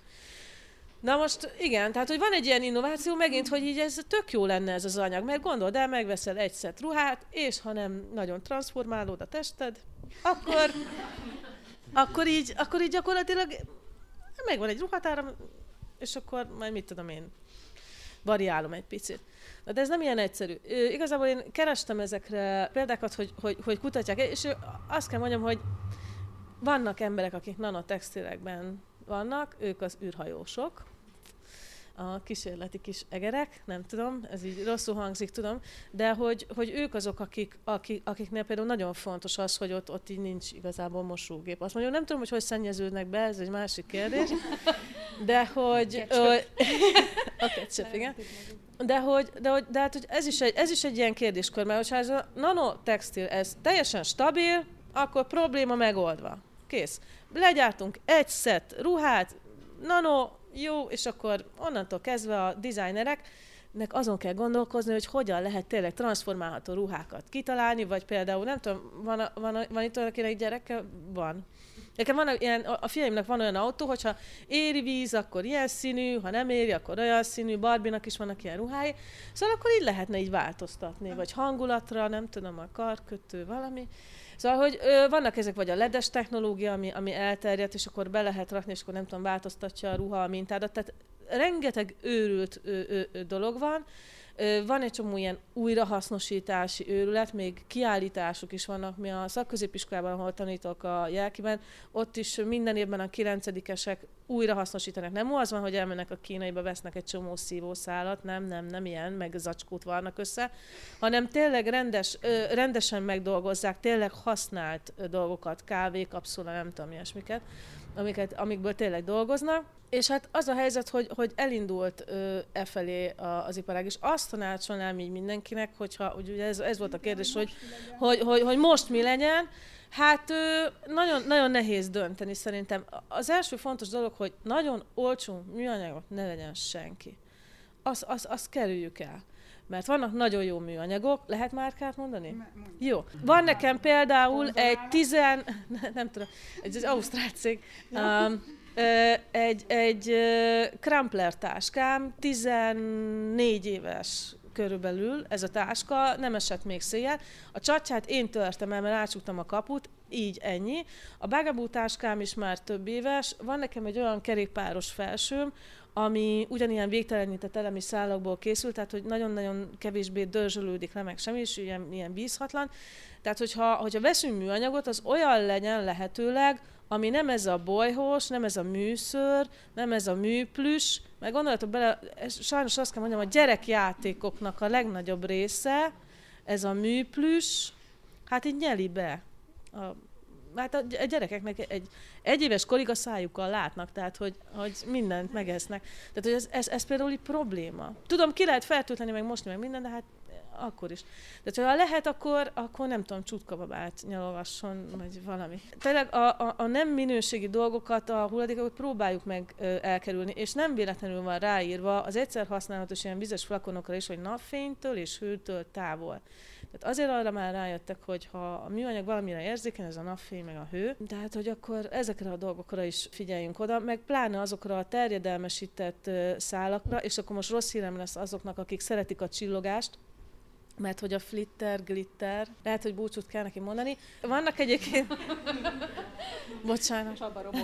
[SPEAKER 4] Na most igen, tehát hogy van egy ilyen innováció megint, hogy így ez tök jó lenne ez az anyag, mert gondold el, megveszel egy szett ruhát, és ha nem nagyon transformálód a tested, akkor így gyakorlatilag megvan egy ruhatáram, és akkor majd mit tudom én, variálom egy picit. De ez nem ilyen egyszerű. Igazából én kerestem ezekre példákat, hogy kutatják, és azt kell mondjam, hogy vannak emberek, akik nanotextilekben vannak, ők az űrhajósok, a kísérleti kis egerek, nem tudom, ez így rosszul hangzik, tudom, de hogy ők azok, akiknél például nagyon fontos az, hogy ott így nincs igazából mosógép. Azt mondjuk, nem tudom, hogy szennyeződnek be, ez egy másik kérdés, de hogy... A ketchup, igen. De hát, hogy ez is egy ilyen kérdéskör, mert ha ez a nanotextil, ez teljesen stabil, akkor probléma megoldva. Kész. Legyártunk egy szett ruhát, nano, jó, és akkor onnantól kezdve a designereknek azon kell gondolkozni, hogy hogyan lehet tényleg transformálható ruhákat kitalálni, vagy például, nem tudom, van itt akinek gyereke? Van. Nekem van ilyen, a fiaimnak van olyan autó, hogyha éri víz, akkor ilyen színű, ha nem éri, akkor olyan színű, Barbie-nak is vannak ilyen ruhái, szóval akkor így lehetne így változtatni, vagy hangulatra, nem tudom, a karkötő, valami. Szóval, hogy vannak ezek, vagy a ledes technológia, ami elterjedt, és akkor be lehet rakni, és akkor nem tudom, változtatja a ruha a mintádat. Tehát rengeteg őrült dolog van. Van egy csomó ilyen újrahasznosítási őrület, még kiállítások is vannak. Mi a szakközépiskolában, ahol tanítok a Jelkiben, ott is minden évben a 9-esek újrahasznosítanak. Nem az van, hogy elmennek a kínaiba, vesznek egy csomó szívószálat, nem ilyen, meg zacskót varnak össze, hanem tényleg rendesen megdolgozzák, tényleg használt dolgokat, kávékapszula, nem tudom, ilyesmiket, amikből tényleg dolgoznak. És hát az a helyzet, hogy elindult felé az iparág, és azt tanácsolnám így mindenkinek, hogyha ugye ez volt a kérdés, hogy most mi legyen. Hát nagyon, nagyon nehéz dönteni szerintem. Az első fontos dolog, hogy nagyon olcsó műanyagot ne legyen senki. Azt kerüljük el. Mert vannak nagyon jó műanyagok, lehet márkát mondani? Jó. Van nekem például nem tudom, egy ausztrál cég, egy Crumpler táskám, 14 éves körülbelül ez a táska, nem esett még széjjel. A csacsát én törtem el, mert átsuktam a kaput, így ennyi. A Bugaboo táskám is már több éves. Van nekem egy olyan kerékpáros felsőm, ami ugyanilyen végtelenített elemi szálakból készült, tehát hogy nagyon-nagyon kevésbé dörzsölődik le meg semmi, és ilyen vízhatlan. Tehát, hogyha veszünk műanyagot, az olyan legyen lehetőleg, ami nem ez a bolyhos, nem ez a műszőr, nem ez a műplüss, meg gondoljatok bele, sajnos azt kell mondjam, a gyerekjátékoknak a legnagyobb része, ez a műplüss, hát így nyeli be. Hát a gyerekeknek egy éves korig a szájukkal látnak, tehát hogy mindent megesznek. Tehát hogy ez például így probléma. Tudom, ki lehet fertőtlenni, meg mosni, meg minden, de hát akkor is. Tehát ha lehet, akkor nem tudom, csutkababát nyalogasson, vagy valami. Tényleg a nem minőségi dolgokat, a hulladékokat próbáljuk meg elkerülni, és nem véletlenül van ráírva az egyszer használatos ilyen vizes flakonokra is, hogy napfénytől és hőtől távol. Tehát azért arra már rájöttek, hogy ha a műanyag valamire érzékeny, ez a napfény meg a hő, tehát hogy akkor ezekre a dolgokra is figyeljünk oda, meg pláne azokra a terjedelmesített szálakra, és akkor most rossz hírem lesz azoknak, akik szeretik a csillogást, mert hogy a flitter, glitter, lehet, hogy búcsút kell neki mondani. Vannak egyébként... Bocsánat.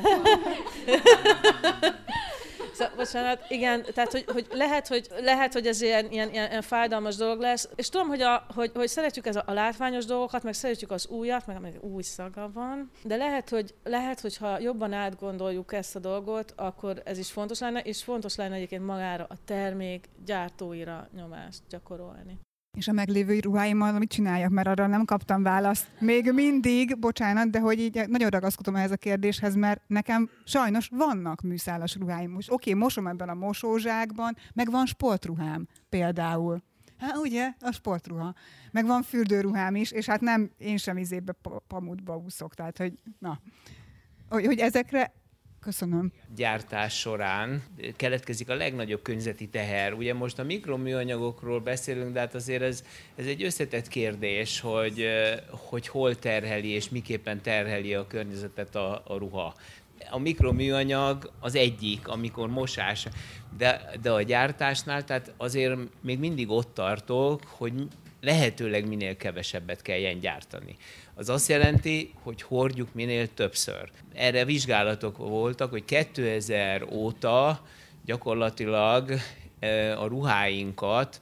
[SPEAKER 4] Szóval, bocsánat, igen, tehát hogy lehet, hogy ez ilyen fájdalmas dolog lesz. És tudom, hogy szeretjük a látványos dolgokat, meg szeretjük az újat, meg új szaga van, de lehet, hogy ha jobban átgondoljuk ezt a dolgot, akkor ez is fontos lenne, és fontos lenne egyébként magára a termék gyártóira nyomást gyakorolni.
[SPEAKER 2] És a meglévő ruháimmal mit csináljak, mert arra nem kaptam választ. Még mindig, bocsánat, de hogy így nagyon ragaszkodom ehhez a kérdéshez, mert nekem sajnos vannak műszálas ruháim. Most oké, mosom ebben a mosózsákban, meg van sportruhám például. Hát ugye, a sportruha. Meg van fürdőruhám is, és hát nem, én sem izébe pamutba úszok, tehát hogy na. Hogy ezekre... Köszönöm.
[SPEAKER 3] Gyártás során keletkezik a legnagyobb környezeti teher. Ugye most a mikroműanyagokról beszélünk, de hát azért ez egy összetett kérdés, hogy hol terheli és miképpen terheli a környezetet a ruha. A mikroműanyag az egyik, amikor mosás, de a gyártásnál, tehát azért még mindig ott tartok, hogy lehetőleg minél kevesebbet kelljen gyártani. Az azt jelenti, hogy hordjuk minél többször. Erre vizsgálatok voltak, hogy 2000 óta gyakorlatilag a ruháinkat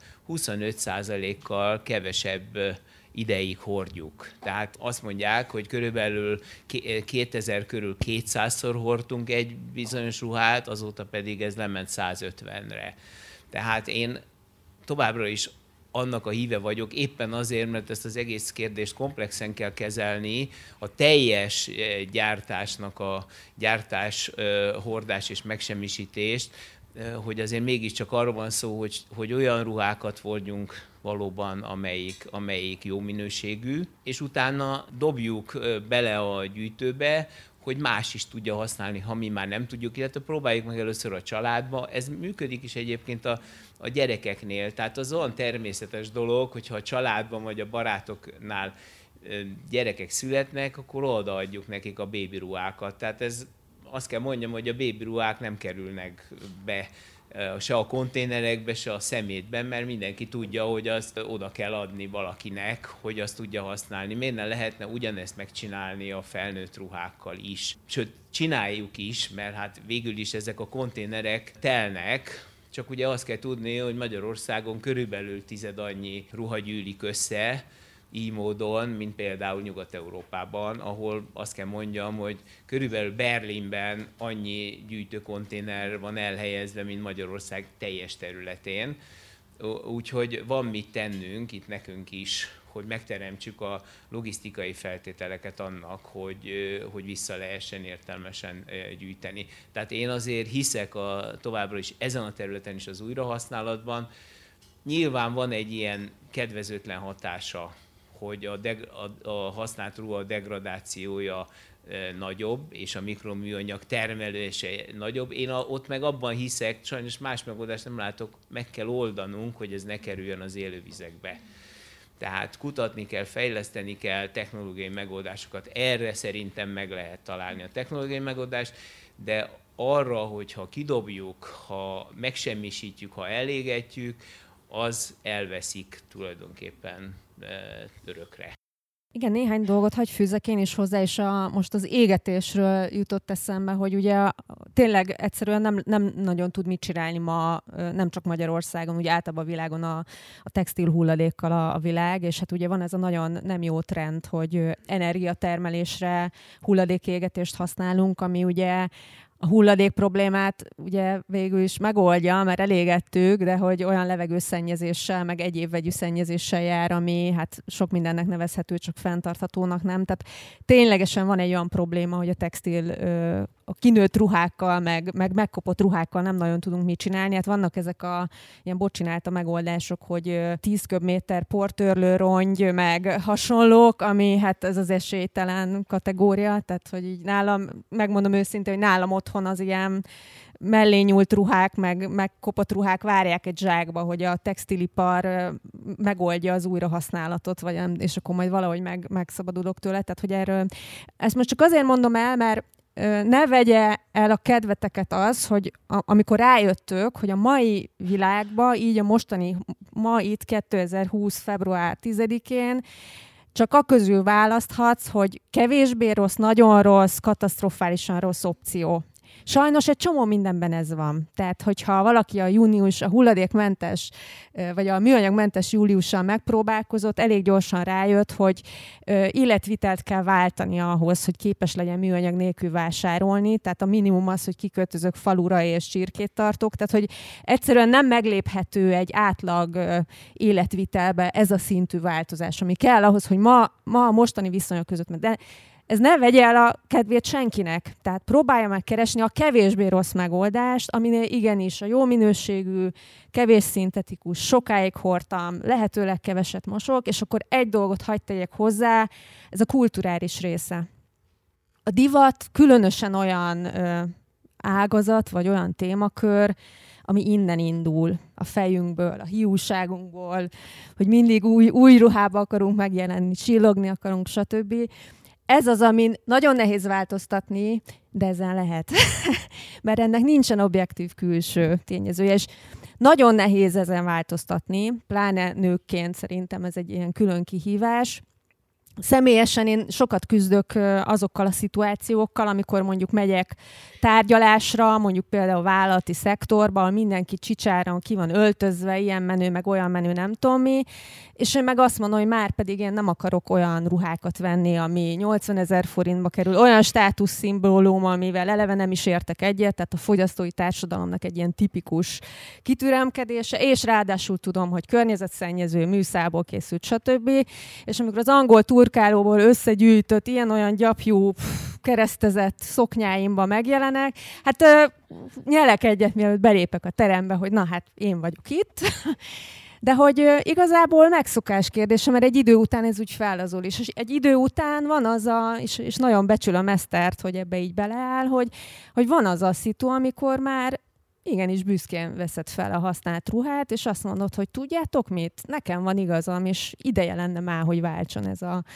[SPEAKER 3] 25%-kal kevesebb ideig hordjuk. Tehát azt mondják, hogy körülbelül 2000 körül 200-szor hordtunk egy bizonyos ruhát, azóta pedig ez lement 150-re. Tehát én továbbra is annak a híve vagyok, éppen azért, mert ezt az egész kérdést komplexen kell kezelni, a teljes gyártásnak a gyártás, hordás és megsemmisítést, hogy azért mégiscsak arról van szó, hogy olyan ruhákat hordjunk valóban, amelyik jó minőségű, és utána dobjuk bele a gyűjtőbe, hogy más is tudja használni, ha mi már nem tudjuk, illetve próbáljuk meg először a családba. Ez működik is egyébként a gyerekeknél, tehát az olyan természetes dolog, hogyha a családban vagy a barátoknál gyerekek születnek, akkor odaadjuk nekik a bébiruhákat. Tehát azt kell mondjam, hogy a bébiruhák nem kerülnek be se a konténerekbe, se a szemétben, mert mindenki tudja, hogy azt oda kell adni valakinek, hogy azt tudja használni. Miért ne lehetne ugyanezt megcsinálni a felnőtt ruhákkal is? Sőt, csináljuk is, mert hát végül is ezek a konténerek telnek, csak ugye azt kell tudni, hogy Magyarországon körülbelül 10 annyi ruha gyűlik össze, így módon, mint például Nyugat-Európában, ahol azt kell mondjam, hogy körülbelül Berlinben annyi gyűjtőkonténer van elhelyezve, mint Magyarország teljes területén. Úgyhogy van mit tennünk itt nekünk is, hogy megteremtsük a logisztikai feltételeket annak, hogy vissza lehessen értelmesen gyűjteni. Tehát én azért hiszek továbbra is ezen a területen is az újrahasználatban. Nyilván van egy ilyen kedvezőtlen hatása, hogy a használt ruha degradációja nagyobb, és a mikroműanyag termelése nagyobb. Én ott meg abban hiszek, sajnos más megoldást nem látok, meg kell oldanunk, hogy ez ne kerüljön az élővizekbe. Tehát kutatni kell, fejleszteni kell technológiai megoldásokat. Erre szerintem meg lehet találni a technológiai megoldást, de arra, hogyha kidobjuk, ha megsemmisítjük, ha elégetjük, az elveszik tulajdonképpen örökre.
[SPEAKER 1] Igen, néhány dolgot hagy fűzzek én is hozzá, és most az égetésről jutott eszembe, hogy ugye tényleg egyszerűen nem nagyon tud mit csinálni ma, nem csak Magyarországon, ugye általában a világon a textil hulladékkal a világ, és hát ugye van ez a nagyon nem jó trend, hogy energiatermelésre hulladékégetést használunk, ami ugye a hulladék problémát ugye végül is megoldja, mert elégettük, de hogy olyan levegőszennyezéssel, meg egyéb vegyi szennyezéssel jár, ami hát sok mindennek nevezhető, csak fenntarthatónak nem. Tehát ténylegesen van egy olyan probléma, hogy a textil, a kinőtt ruhákkal, meg megkopott ruhákkal nem nagyon tudunk mit csinálni. Hát vannak ezek a ilyen bocsinálta megoldások, hogy 10 köbméter portörlő rongy, meg hasonlók, ami hát ez az esélytelen kategória. Tehát, hogy így nálam, megmondom őszintén, hogy nálam otthon az ilyen mellé nyúlt ruhák, meg kopott ruhák várják egy zsákba, hogy a textilipar megoldja az újrahasználatot, és akkor majd valahogy megszabadulok tőle. Tehát, hogy erről, ezt most csak azért mondom el, mert ne vegye el a kedveteket az, hogy amikor rájöttök, hogy a mai világban, így a mostani, ma itt 2020. február 10-én csak a közül választhatsz, hogy kevésbé rossz, nagyon rossz, katasztrofálisan rossz opció. Sajnos egy csomó mindenben ez van. Tehát, hogyha valaki a hulladékmentes, vagy a műanyagmentes júliussal megpróbálkozott, elég gyorsan rájött, hogy életvitelt kell váltani ahhoz, hogy képes legyen műanyag nélkül vásárolni. Tehát a minimum az, hogy kiköltözök falura és csirkét tartok. Tehát, hogy egyszerűen nem megléphető egy átlag életvitelbe ez a szintű változás, ami kell ahhoz, hogy ma a mostani viszonyok között, de ez ne vegye el a kedvét senkinek. Tehát próbálja meg keresni a kevésbé rossz megoldást, aminél igenis a jó minőségű, kevés szintetikus, sokáig hordtam, lehetőleg keveset mosok, és akkor egy dolgot hadd tegyek hozzá, ez a kulturális része. A divat különösen olyan ágazat, vagy olyan témakör, ami innen indul, a fejünkből, a hiúságunkból, hogy mindig új ruhába akarunk megjelenni, csillogni akarunk, stb. Ez az, amin nagyon nehéz változtatni, de ezen lehet. Mert ennek nincsen objektív külső tényezője, és nagyon nehéz ezen változtatni, pláne nőkként szerintem ez egy ilyen külön kihívás. Személyesen én sokat küzdök azokkal a szituációkkal, amikor mondjuk megyek tárgyalásra, mondjuk például vállalati szektorban, mindenki csicsáron ki van öltözve, ilyen menő, meg olyan menő, nem tudom mi, és én meg azt mondom, hogy már pedig én nem akarok olyan ruhákat venni, ami 80 000 forintba kerül, olyan státuszszimbólum, amivel eleve nem is értek egyet, tehát a fogyasztói társadalomnak egy ilyen tipikus kitüremkedése, és ráadásul tudom, hogy környezetszennyező, műszából készült, stb. És amikor az angol turkálóból összegyűjtött ilyen-olyan gyapjú, keresztezett szoknyáimba megjelenek, hát nyelek egyet, mielőtt belépek a terembe, hogy na hát én vagyok itt. De hogy igazából megszokás kérdése, mert egy idő után ez úgy fellazul is. És egy idő után van az és nagyon becsülöm Esztert, hogy ebbe így beleáll, hogy van az a szitu, amikor már igenis büszkén veszed fel a használt ruhát, és azt mondod, hogy tudjátok mit? Nekem van igazam, és ideje lenne már, hogy váltson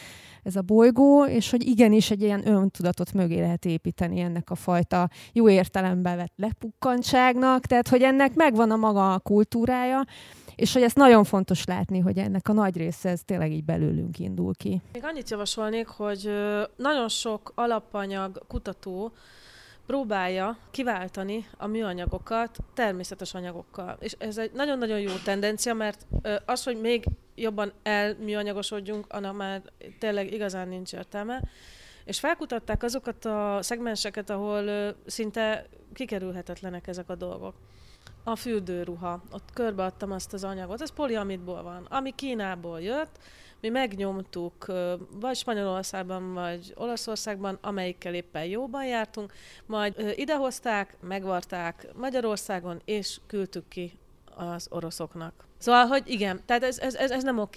[SPEAKER 1] ez a bolygó, és hogy igenis egy ilyen öntudatot mögé lehet építeni ennek a fajta jó értelemben vett lepukkantságnak, tehát hogy ennek megvan a maga kultúrája, és hogy ezt nagyon fontos látni, hogy ennek a nagy része ez tényleg így belőlünk indul ki.
[SPEAKER 4] Még annyit javasolnék, hogy nagyon sok alapanyag kutató próbálja kiváltani a műanyagokat természetes anyagokkal. És ez egy nagyon-nagyon jó tendencia, mert az, hogy még jobban elműanyagosodjunk, annak már tényleg igazán nincs értelme. És felkutatták azokat a szegmenseket, ahol szinte kikerülhetetlenek ezek a dolgok. A fürdőruha, ott körbeadtam azt az anyagot, ez poliamidból van, ami Kínából jött, mi megnyomtuk vagy Spanyolországban, vagy Olaszországban, amelyikkel éppen jóban jártunk, majd idehozták, megvarták Magyarországon, és küldtük ki az oroszoknak. Szóval, hogy igen, tehát ez nem oké.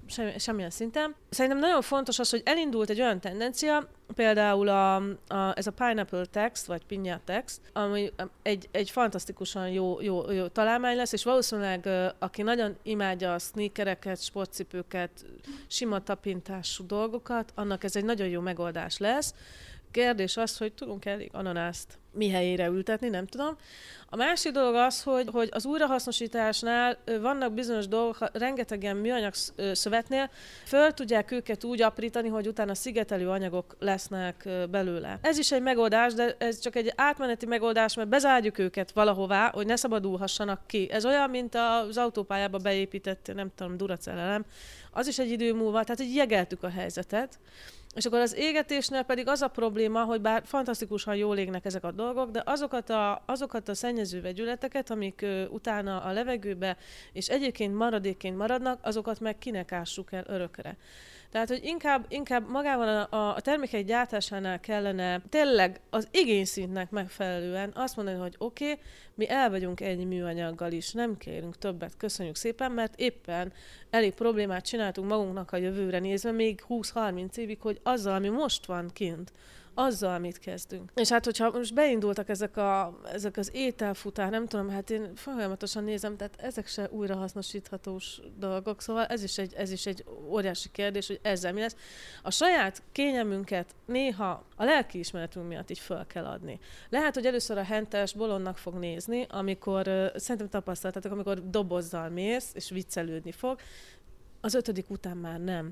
[SPEAKER 4] semmilyen szinten. Szerintem nagyon fontos az, hogy elindult egy olyan tendencia, például ez a pineapple text, vagy piña text, ami egy fantasztikusan jó találmány lesz, és valószínűleg aki nagyon imádja a sneakereket, sportcipőket, sima tapintású dolgokat, annak ez egy nagyon jó megoldás lesz. Kérdés az, hogy tudunk elég ananászt mi helyére ültetni, nem tudom. A másik dolog az, hogy az újrahasznosításnál vannak bizonyos dolgok, rengetegen műanyag szövetnél föl tudják őket úgy aprítani, hogy utána szigetelő anyagok lesznek belőle. Ez is egy megoldás, de ez csak egy átmeneti megoldás, mert bezárjuk őket valahová, hogy ne szabadulhassanak ki. Ez olyan, mint az autópályába beépített, nem tudom, Duracell elem. Az is egy idő múlva, tehát így jegeltük a helyzetet. És akkor az égetésnél pedig az a probléma, hogy bár fantasztikusan jól égnek ezek a dolgok, de azokat a szennyező vegyületeket, amik utána a levegőbe és egyébként maradékként maradnak, azokat meg kinek ássuk el örökre. Tehát, hogy inkább magában a termékek gyártásánál kellene tényleg az igényszintnek megfelelően azt mondani, hogy oké, mi el vagyunk ennyi műanyaggal is, nem kérünk többet, köszönjük szépen, mert éppen elég problémát csináltunk magunknak a jövőre nézve, még 20-30 évig, hogy azzal, ami most van kint, azzal mit kezdünk. És hát, hogyha most beindultak ezek az ételfutár, nem tudom, hát én folyamatosan nézem, tehát ezek se újrahasznosíthatós dolgok, szóval ez is egy óriási kérdés, hogy ezzel mi lesz. A saját kényelmünket néha a lelkiismeretünk miatt így föl kell adni. Lehet, hogy először a hentes bolondnak fog nézni, amikor, szerintem tapasztaltatok, amikor dobozzal mész, és viccelődni fog, az 5. után már nem.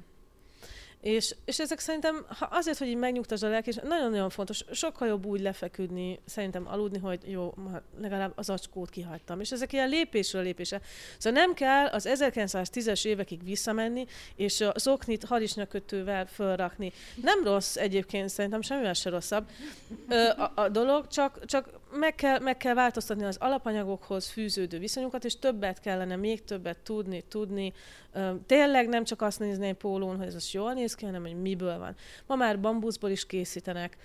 [SPEAKER 4] És ezek szerintem, azért, hogy így megnyugtasd a lelki, nagyon-nagyon fontos, sokkal jobb úgy lefeküdni, szerintem aludni, hogy jó, legalább az acskót kihagytam. És ezek ilyen lépésről lépésre. Szóval nem kell az 1910-es évekig visszamenni, és a zoknit harisnyakötővel fölrakni. Nem rossz egyébként, szerintem semmivel se rosszabb a dolog, csak meg kell változtatni az alapanyagokhoz fűződő viszonyunkat, és többet kellene, még többet tudni. Tényleg nem csak azt nézni egy pólón, hogy ez az jól néz ki, hanem hogy miből van. Ma már bambuszból is készítenek,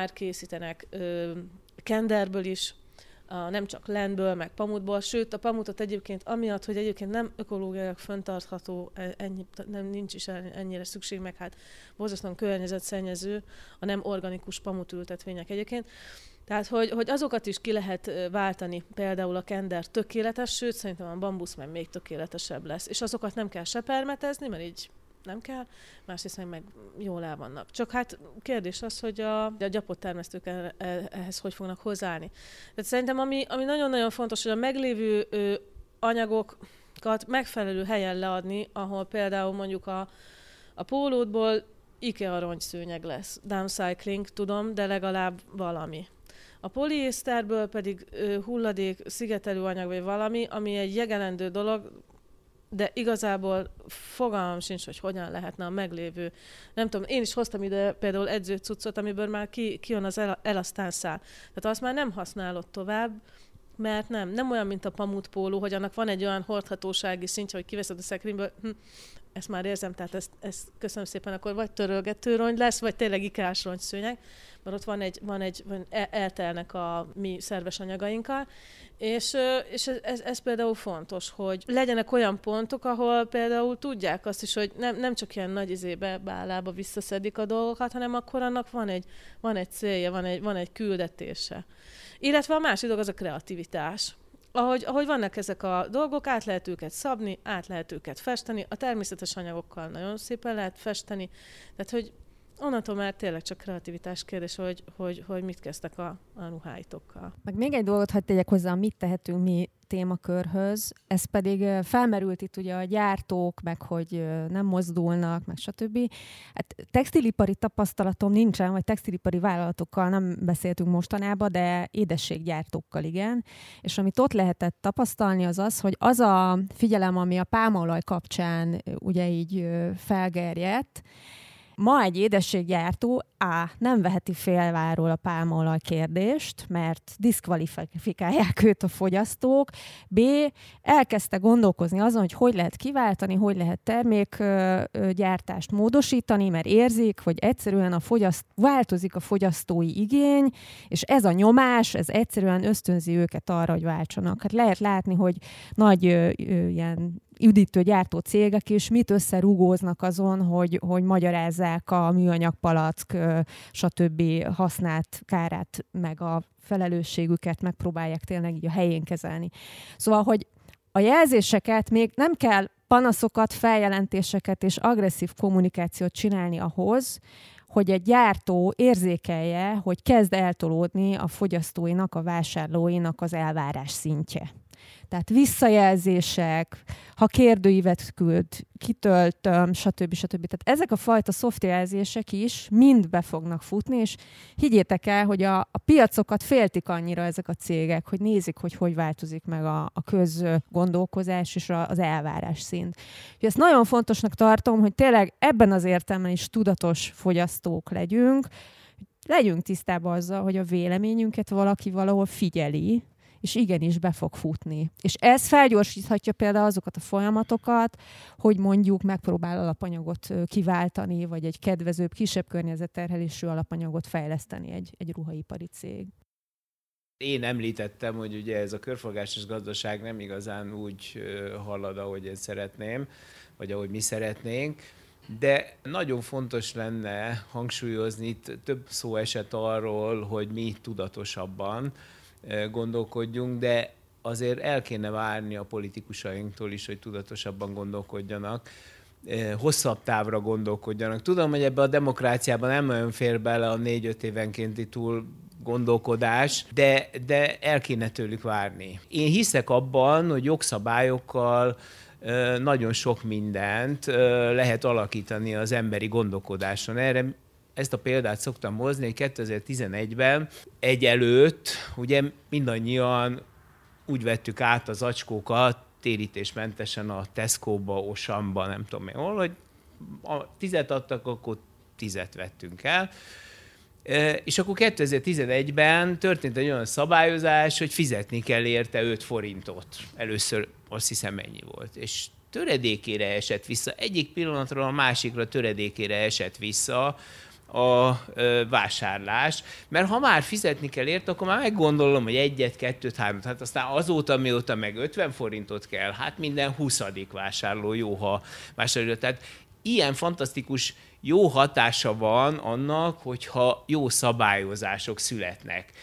[SPEAKER 4] kenderből is, nem csak lenből, meg pamutból, sőt a pamutot egyébként amiatt, hogy egyébként nem ökológiailag fenntartható, nincs is ennyire szükség, meg hát borzasztóan környezetszennyező a nem organikus pamutültetvények egyébként. Tehát, hogy azokat is ki lehet váltani, például a kender tökéletes, sőt, szerintem a bambusz meg még tökéletesebb lesz. És azokat nem kell se permetezni, mert így nem kell, másrészt meg jól el vannak. Csak hát kérdés az, hogy a gyapott termesztők ehhez hogy fognak hozzáállni. Tehát szerintem ami nagyon-nagyon fontos, hogy a meglévő anyagokat megfelelő helyen leadni, ahol például mondjuk a pólódból IKEA rongyszőnyeg lesz. Downcycling, tudom, de legalább valami. A poliészterből pedig hulladék, szigetelőanyag vagy valami, ami egy jegelendő dolog, de igazából fogalmam sincs, hogy hogyan lehetne a meglévő. Nem tudom, én is hoztam ide például edzőcuccot, amiből már kijön az elasztánszál. Tehát azt már nem használod tovább, mert nem olyan, mint a pamutpóló, hogy annak van egy olyan hordhatósági szintje, hogy kiveszed a szekrényből, ezt már érzem, tehát ezt köszönöm szépen, akkor vagy törölgető rongy lesz, vagy tényleg ikás rongyszőnyeg, mert ott van egy eltelnek a mi szerves anyagainkkal, és ez például fontos, hogy legyenek olyan pontok, ahol például tudják azt is, hogy nem csak ilyen nagy bálába visszaszedik a dolgokat, hanem akkor annak van egy célja, van egy küldetése. Illetve a másik dolog az a kreativitás. Ahogy vannak ezek a dolgok, át lehet őket szabni, át lehet őket festeni, a természetes anyagokkal nagyon szépen lehet festeni, tehát hogy onnantól már tényleg csak kreativitás kérdés, hogy mit kezdtek a ruháitokkal.
[SPEAKER 1] Meg még egy dolgot hadd tegyek hozzá, mit tehetünk mi témakörhöz, ez pedig felmerült itt ugye a gyártók, meg hogy nem mozdulnak, meg stb. Hát textilipari tapasztalatom nincsen, vagy textilipari vállalatokkal nem beszéltünk mostanában, de édességgyártókkal igen. És amit ott lehetett tapasztalni az, hogy az a figyelem, ami a pálmaolaj kapcsán ugye így felgerjedt, ma egy édességgyártó A. Nem veheti félváról a pálmaolaj kérdést, mert diszkvalifikálják őt a fogyasztók. B. Elkezdte gondolkozni azon, hogy lehet kiváltani, hogy lehet termékgyártást módosítani, mert érzik, hogy egyszerűen változik a fogyasztói igény, és ez a nyomás, ez egyszerűen ösztönzi őket arra, hogy váltsanak. Hát lehet látni, hogy nagy ilyen üdítőgyártó cégek is mit összerugóznak azon, hogy magyarázzák a műanyagpalack, stb. Használt kárát, meg a felelősségüket megpróbálják tényleg így a helyén kezelni. Szóval, hogy a jelzéseket még nem kell panaszokat, feljelentéseket és agresszív kommunikációt csinálni ahhoz, hogy egy gyártó érzékelje, hogy kezd eltolódni a fogyasztóinak, a vásárlóinak az elvárás szintje. Tehát visszajelzések, ha kérdőívet küld, kitöltöm, stb. Tehát ezek a fajta szoftjelzések is mind be fognak futni, és higgyétek el, hogy a piacokat féltik annyira ezek a cégek, hogy nézik, hogy változik meg a közgondolkozás és az elvárás szint. Úgyhogy ezt nagyon fontosnak tartom, hogy tényleg ebben az értelemben is tudatos fogyasztók legyünk tisztában azzal, hogy a véleményünket valaki valahol figyeli, és igenis be fog futni. És ez felgyorsíthatja például azokat a folyamatokat, hogy mondjuk megpróbál alapanyagot kiváltani, vagy egy kedvezőbb, kisebb környezetterhelésű alapanyagot fejleszteni egy ruhaipari cég.
[SPEAKER 3] Én említettem, hogy ugye ez a körforgásos gazdaság nem igazán úgy halad, ahogy én szeretném, vagy ahogy mi szeretnénk, de nagyon fontos lenne hangsúlyozni, itt több szó esett arról, hogy mi tudatosabban gondolkodjunk, de azért el kéne várni a politikusainktól is, hogy tudatosabban gondolkodjanak, hosszabb távra gondolkodjanak. Tudom, hogy ebbe a demokráciában nem olyan fér bele a 4-5 évenkénti túl gondolkodás, de el kéne tőlük várni. Én hiszek abban, hogy jogszabályokkal nagyon sok mindent lehet alakítani az emberi gondolkodáson. Ezt a példát szoktam hozni, hogy 2011-ben egyelőtt ugye mindannyian úgy vettük át az zacskókat térítésmentesen a Tesco-ba, Auchanba, nem tudom én hol, hogy 10 adtak, akkor 10 vettünk el. És akkor 2011-ben történt egy olyan szabályozás, hogy fizetni kell érte 5 forintot. Először azt hiszem ennyi volt. És töredékére esett vissza, egyik pillanatról a másikra töredékére esett vissza a vásárlás, mert ha már fizetni kell érte, akkor már meggondolom, hogy 1, 2, 3, hát aztán azóta, mióta meg 50 forintot kell, hát minden 20. vásárló jó, ha vásárolja. Tehát ilyen fantasztikus jó hatása van annak, hogyha jó szabályozások születnek.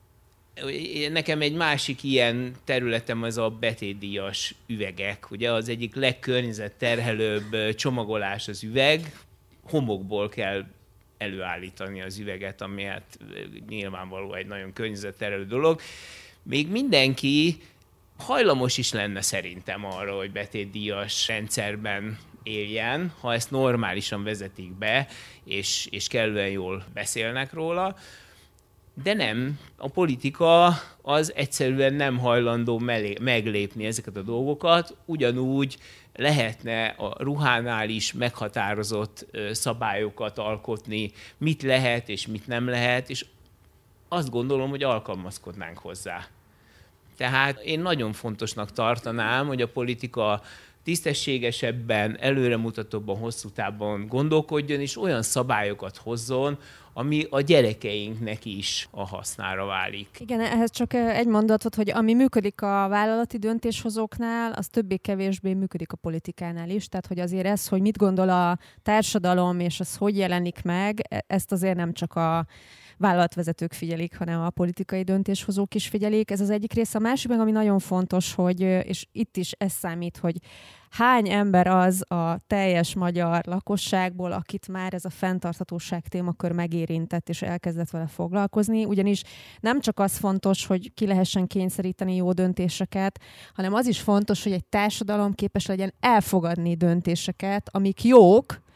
[SPEAKER 3] Nekem egy másik ilyen területem az a betétdíjas üvegek. Ugye az egyik legkörnyezetterhelőbb csomagolás az üveg, homokból kell előállítani az üveget, ami hát nyilvánvaló egy nagyon környezetterhelő dolog. Még mindenki hajlamos is lenne szerintem arra, hogy betétdíjas rendszerben éljen, ha ezt normálisan vezetik be, és kellően jól beszélnek róla. De nem, a politika az egyszerűen nem hajlandó meglépni ezeket a dolgokat, ugyanúgy lehetne a ruhánál is meghatározott szabályokat alkotni, mit lehet és mit nem lehet, és azt gondolom, hogy alkalmazkodnánk hozzá. Tehát én nagyon fontosnak tartanám, hogy a politika tisztességesebben, előremutatóbban, hosszú távon gondolkodjon, és olyan szabályokat hozzon, ami a gyerekeinknek is a hasznára válik.
[SPEAKER 1] Igen, ehhez csak egy mondatot, hogy ami működik a vállalati döntéshozóknál, az többé-kevésbé működik a politikánál is. Tehát, hogy azért ez, hogy mit gondol a társadalom, és az hogy jelenik meg, ezt azért nem csak a vállalatvezetők figyelik, hanem a politikai döntéshozók is figyelik. Ez az egyik része. A másik meg, ami nagyon fontos, hogy, és itt is ez számít, hogy hány ember az a teljes magyar lakosságból, akit már ez a fenntarthatóság témakör megérintett, és elkezdett vele foglalkozni, ugyanis nem csak az fontos, hogy ki lehessen kényszeríteni jó döntéseket, hanem az is fontos, hogy egy társadalom képes legyen elfogadni döntéseket, amik jók,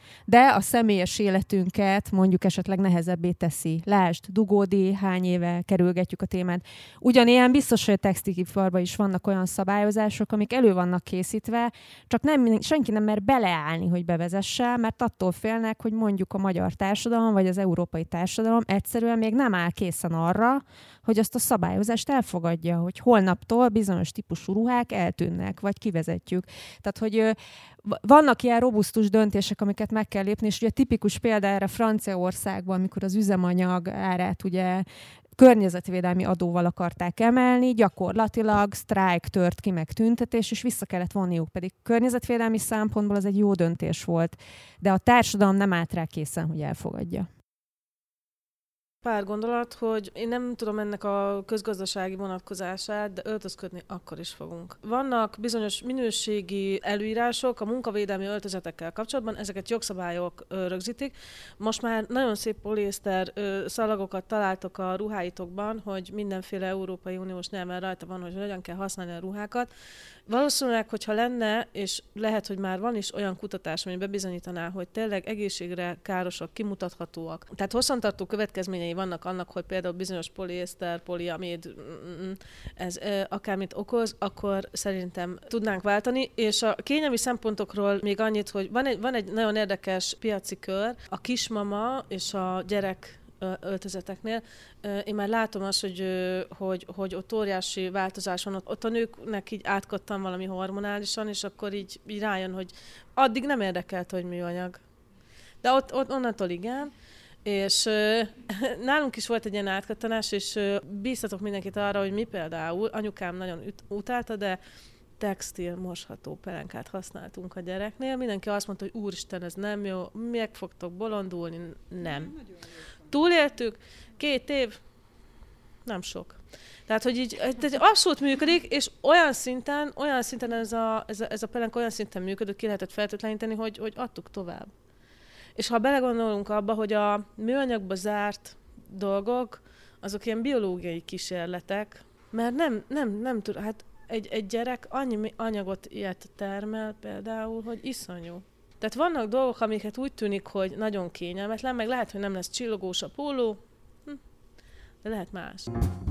[SPEAKER 1] de a személyes életünket mondjuk esetleg nehezebbé teszi. Lásd, dugódi, hány éve kerülgetjük a témát. Ugyanilyen biztos, hogy a textiliparban is vannak olyan szabályozások, amik elő vannak készítve, csak senki nem mer beleállni, hogy bevezesse, mert attól félnek, hogy mondjuk a magyar társadalom, vagy az európai társadalom egyszerűen még nem áll készen arra, hogy azt a szabályozást elfogadja, hogy holnaptól bizonyos típusú ruhák eltűnnek, vagy kivezetjük. Tehát, hogy vannak ilyen robusztus döntések, amiket meg kell lépni, és ugye tipikus példa erre Franciaországban, amikor az üzemanyag árát ugye környezetvédelmi adóval akarták emelni, gyakorlatilag sztrájk tört ki, meg tüntetés, és vissza kellett vonniuk, pedig környezetvédelmi szempontból az egy jó döntés volt, de a társadalom nem állt rá készen, hogy elfogadja.
[SPEAKER 4] Pár gondolat, hogy én nem tudom ennek a közgazdasági vonatkozását, de öltözködni akkor is fogunk. Vannak bizonyos minőségi előírások a munkavédelmi öltözetekkel kapcsolatban, ezeket jogszabályok rögzítik. Most már nagyon szép poliészter szalagokat találtok a ruháitokban, hogy mindenféle Európai Uniós nyelven rajta van, hogy hogyan kell használni a ruhákat. Valószínűleg, hogyha lenne, és lehet, hogy már van is olyan kutatás, ami bebizonyítaná, hogy tényleg egészségre károsak, kimutathatóak. Tehát hosszantartó következményei vannak annak, hogy például bizonyos poliészter, poliamid, ez akármit okoz, akkor szerintem tudnánk váltani. És a kényelmi szempontokról még annyit, hogy van egy nagyon érdekes piaci kör, a kismama és a gyerek öltözeteknél. Én már látom azt, hogy ott óriási változás van. Ott a nőknek így átkattam valami hormonálisan, és akkor így rájön, hogy addig nem érdekelt, hogy műanyag. De ott onnantól igen. És nálunk is volt egy ilyen átkattanás, és bíztatok mindenkit arra, hogy mi például, anyukám nagyon utálta, de textil mosható pelenkát használtunk a gyereknél. Mindenki azt mondta, hogy úristen, ez nem jó, meg fogtok bolondulni. Nem. Túléltük, 2 év, nem sok. Tehát, hogy így abszolút működik, és olyan szinten ez a pelenka olyan szinten működött, ki lehetett feltétleníteni, hogy adtuk tovább. És ha belegondolunk abba, hogy a műanyagba zárt dolgok, azok ilyen biológiai kísérletek, mert nem tud, hát egy gyerek annyi anyagot ilyet termel például, hogy iszonyú. Tehát vannak dolgok, amiket úgy tűnik, hogy nagyon kényelmetlen, meg lehet, hogy nem lesz csillogós a póló, de lehet más.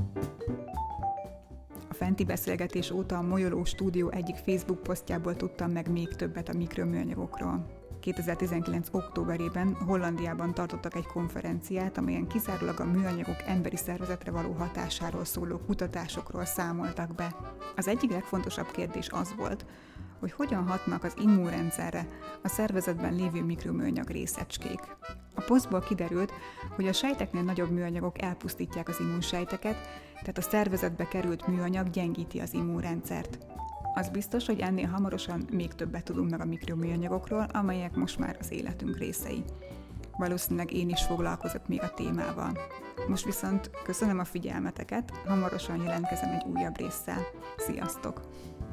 [SPEAKER 2] A fenti beszélgetés óta a Molyoló Stúdió egyik Facebook posztjából tudtam meg még többet a mikroműanyagokról. 2019. októberében Hollandiában tartottak egy konferenciát, amelyen kizárólag a műanyagok emberi szervezetre való hatásáról szóló kutatásokról számoltak be. Az egyik legfontosabb kérdés az volt, hogy hogyan hatnak az immunrendszerre a szervezetben lévő mikroműanyag részecskék. A posztból kiderült, hogy a sejteknél nagyobb műanyagok elpusztítják az immunsejteket, tehát a szervezetbe került műanyag gyengíti az immunrendszert. Az biztos, hogy ennél hamarosan még többet tudunk meg a mikroműanyagokról, amelyek most már az életünk részei. Valószínűleg én is foglalkozok még a témával. Most viszont köszönöm a figyelmeteket, hamarosan jelentkezem egy újabb résszel. Sziasztok!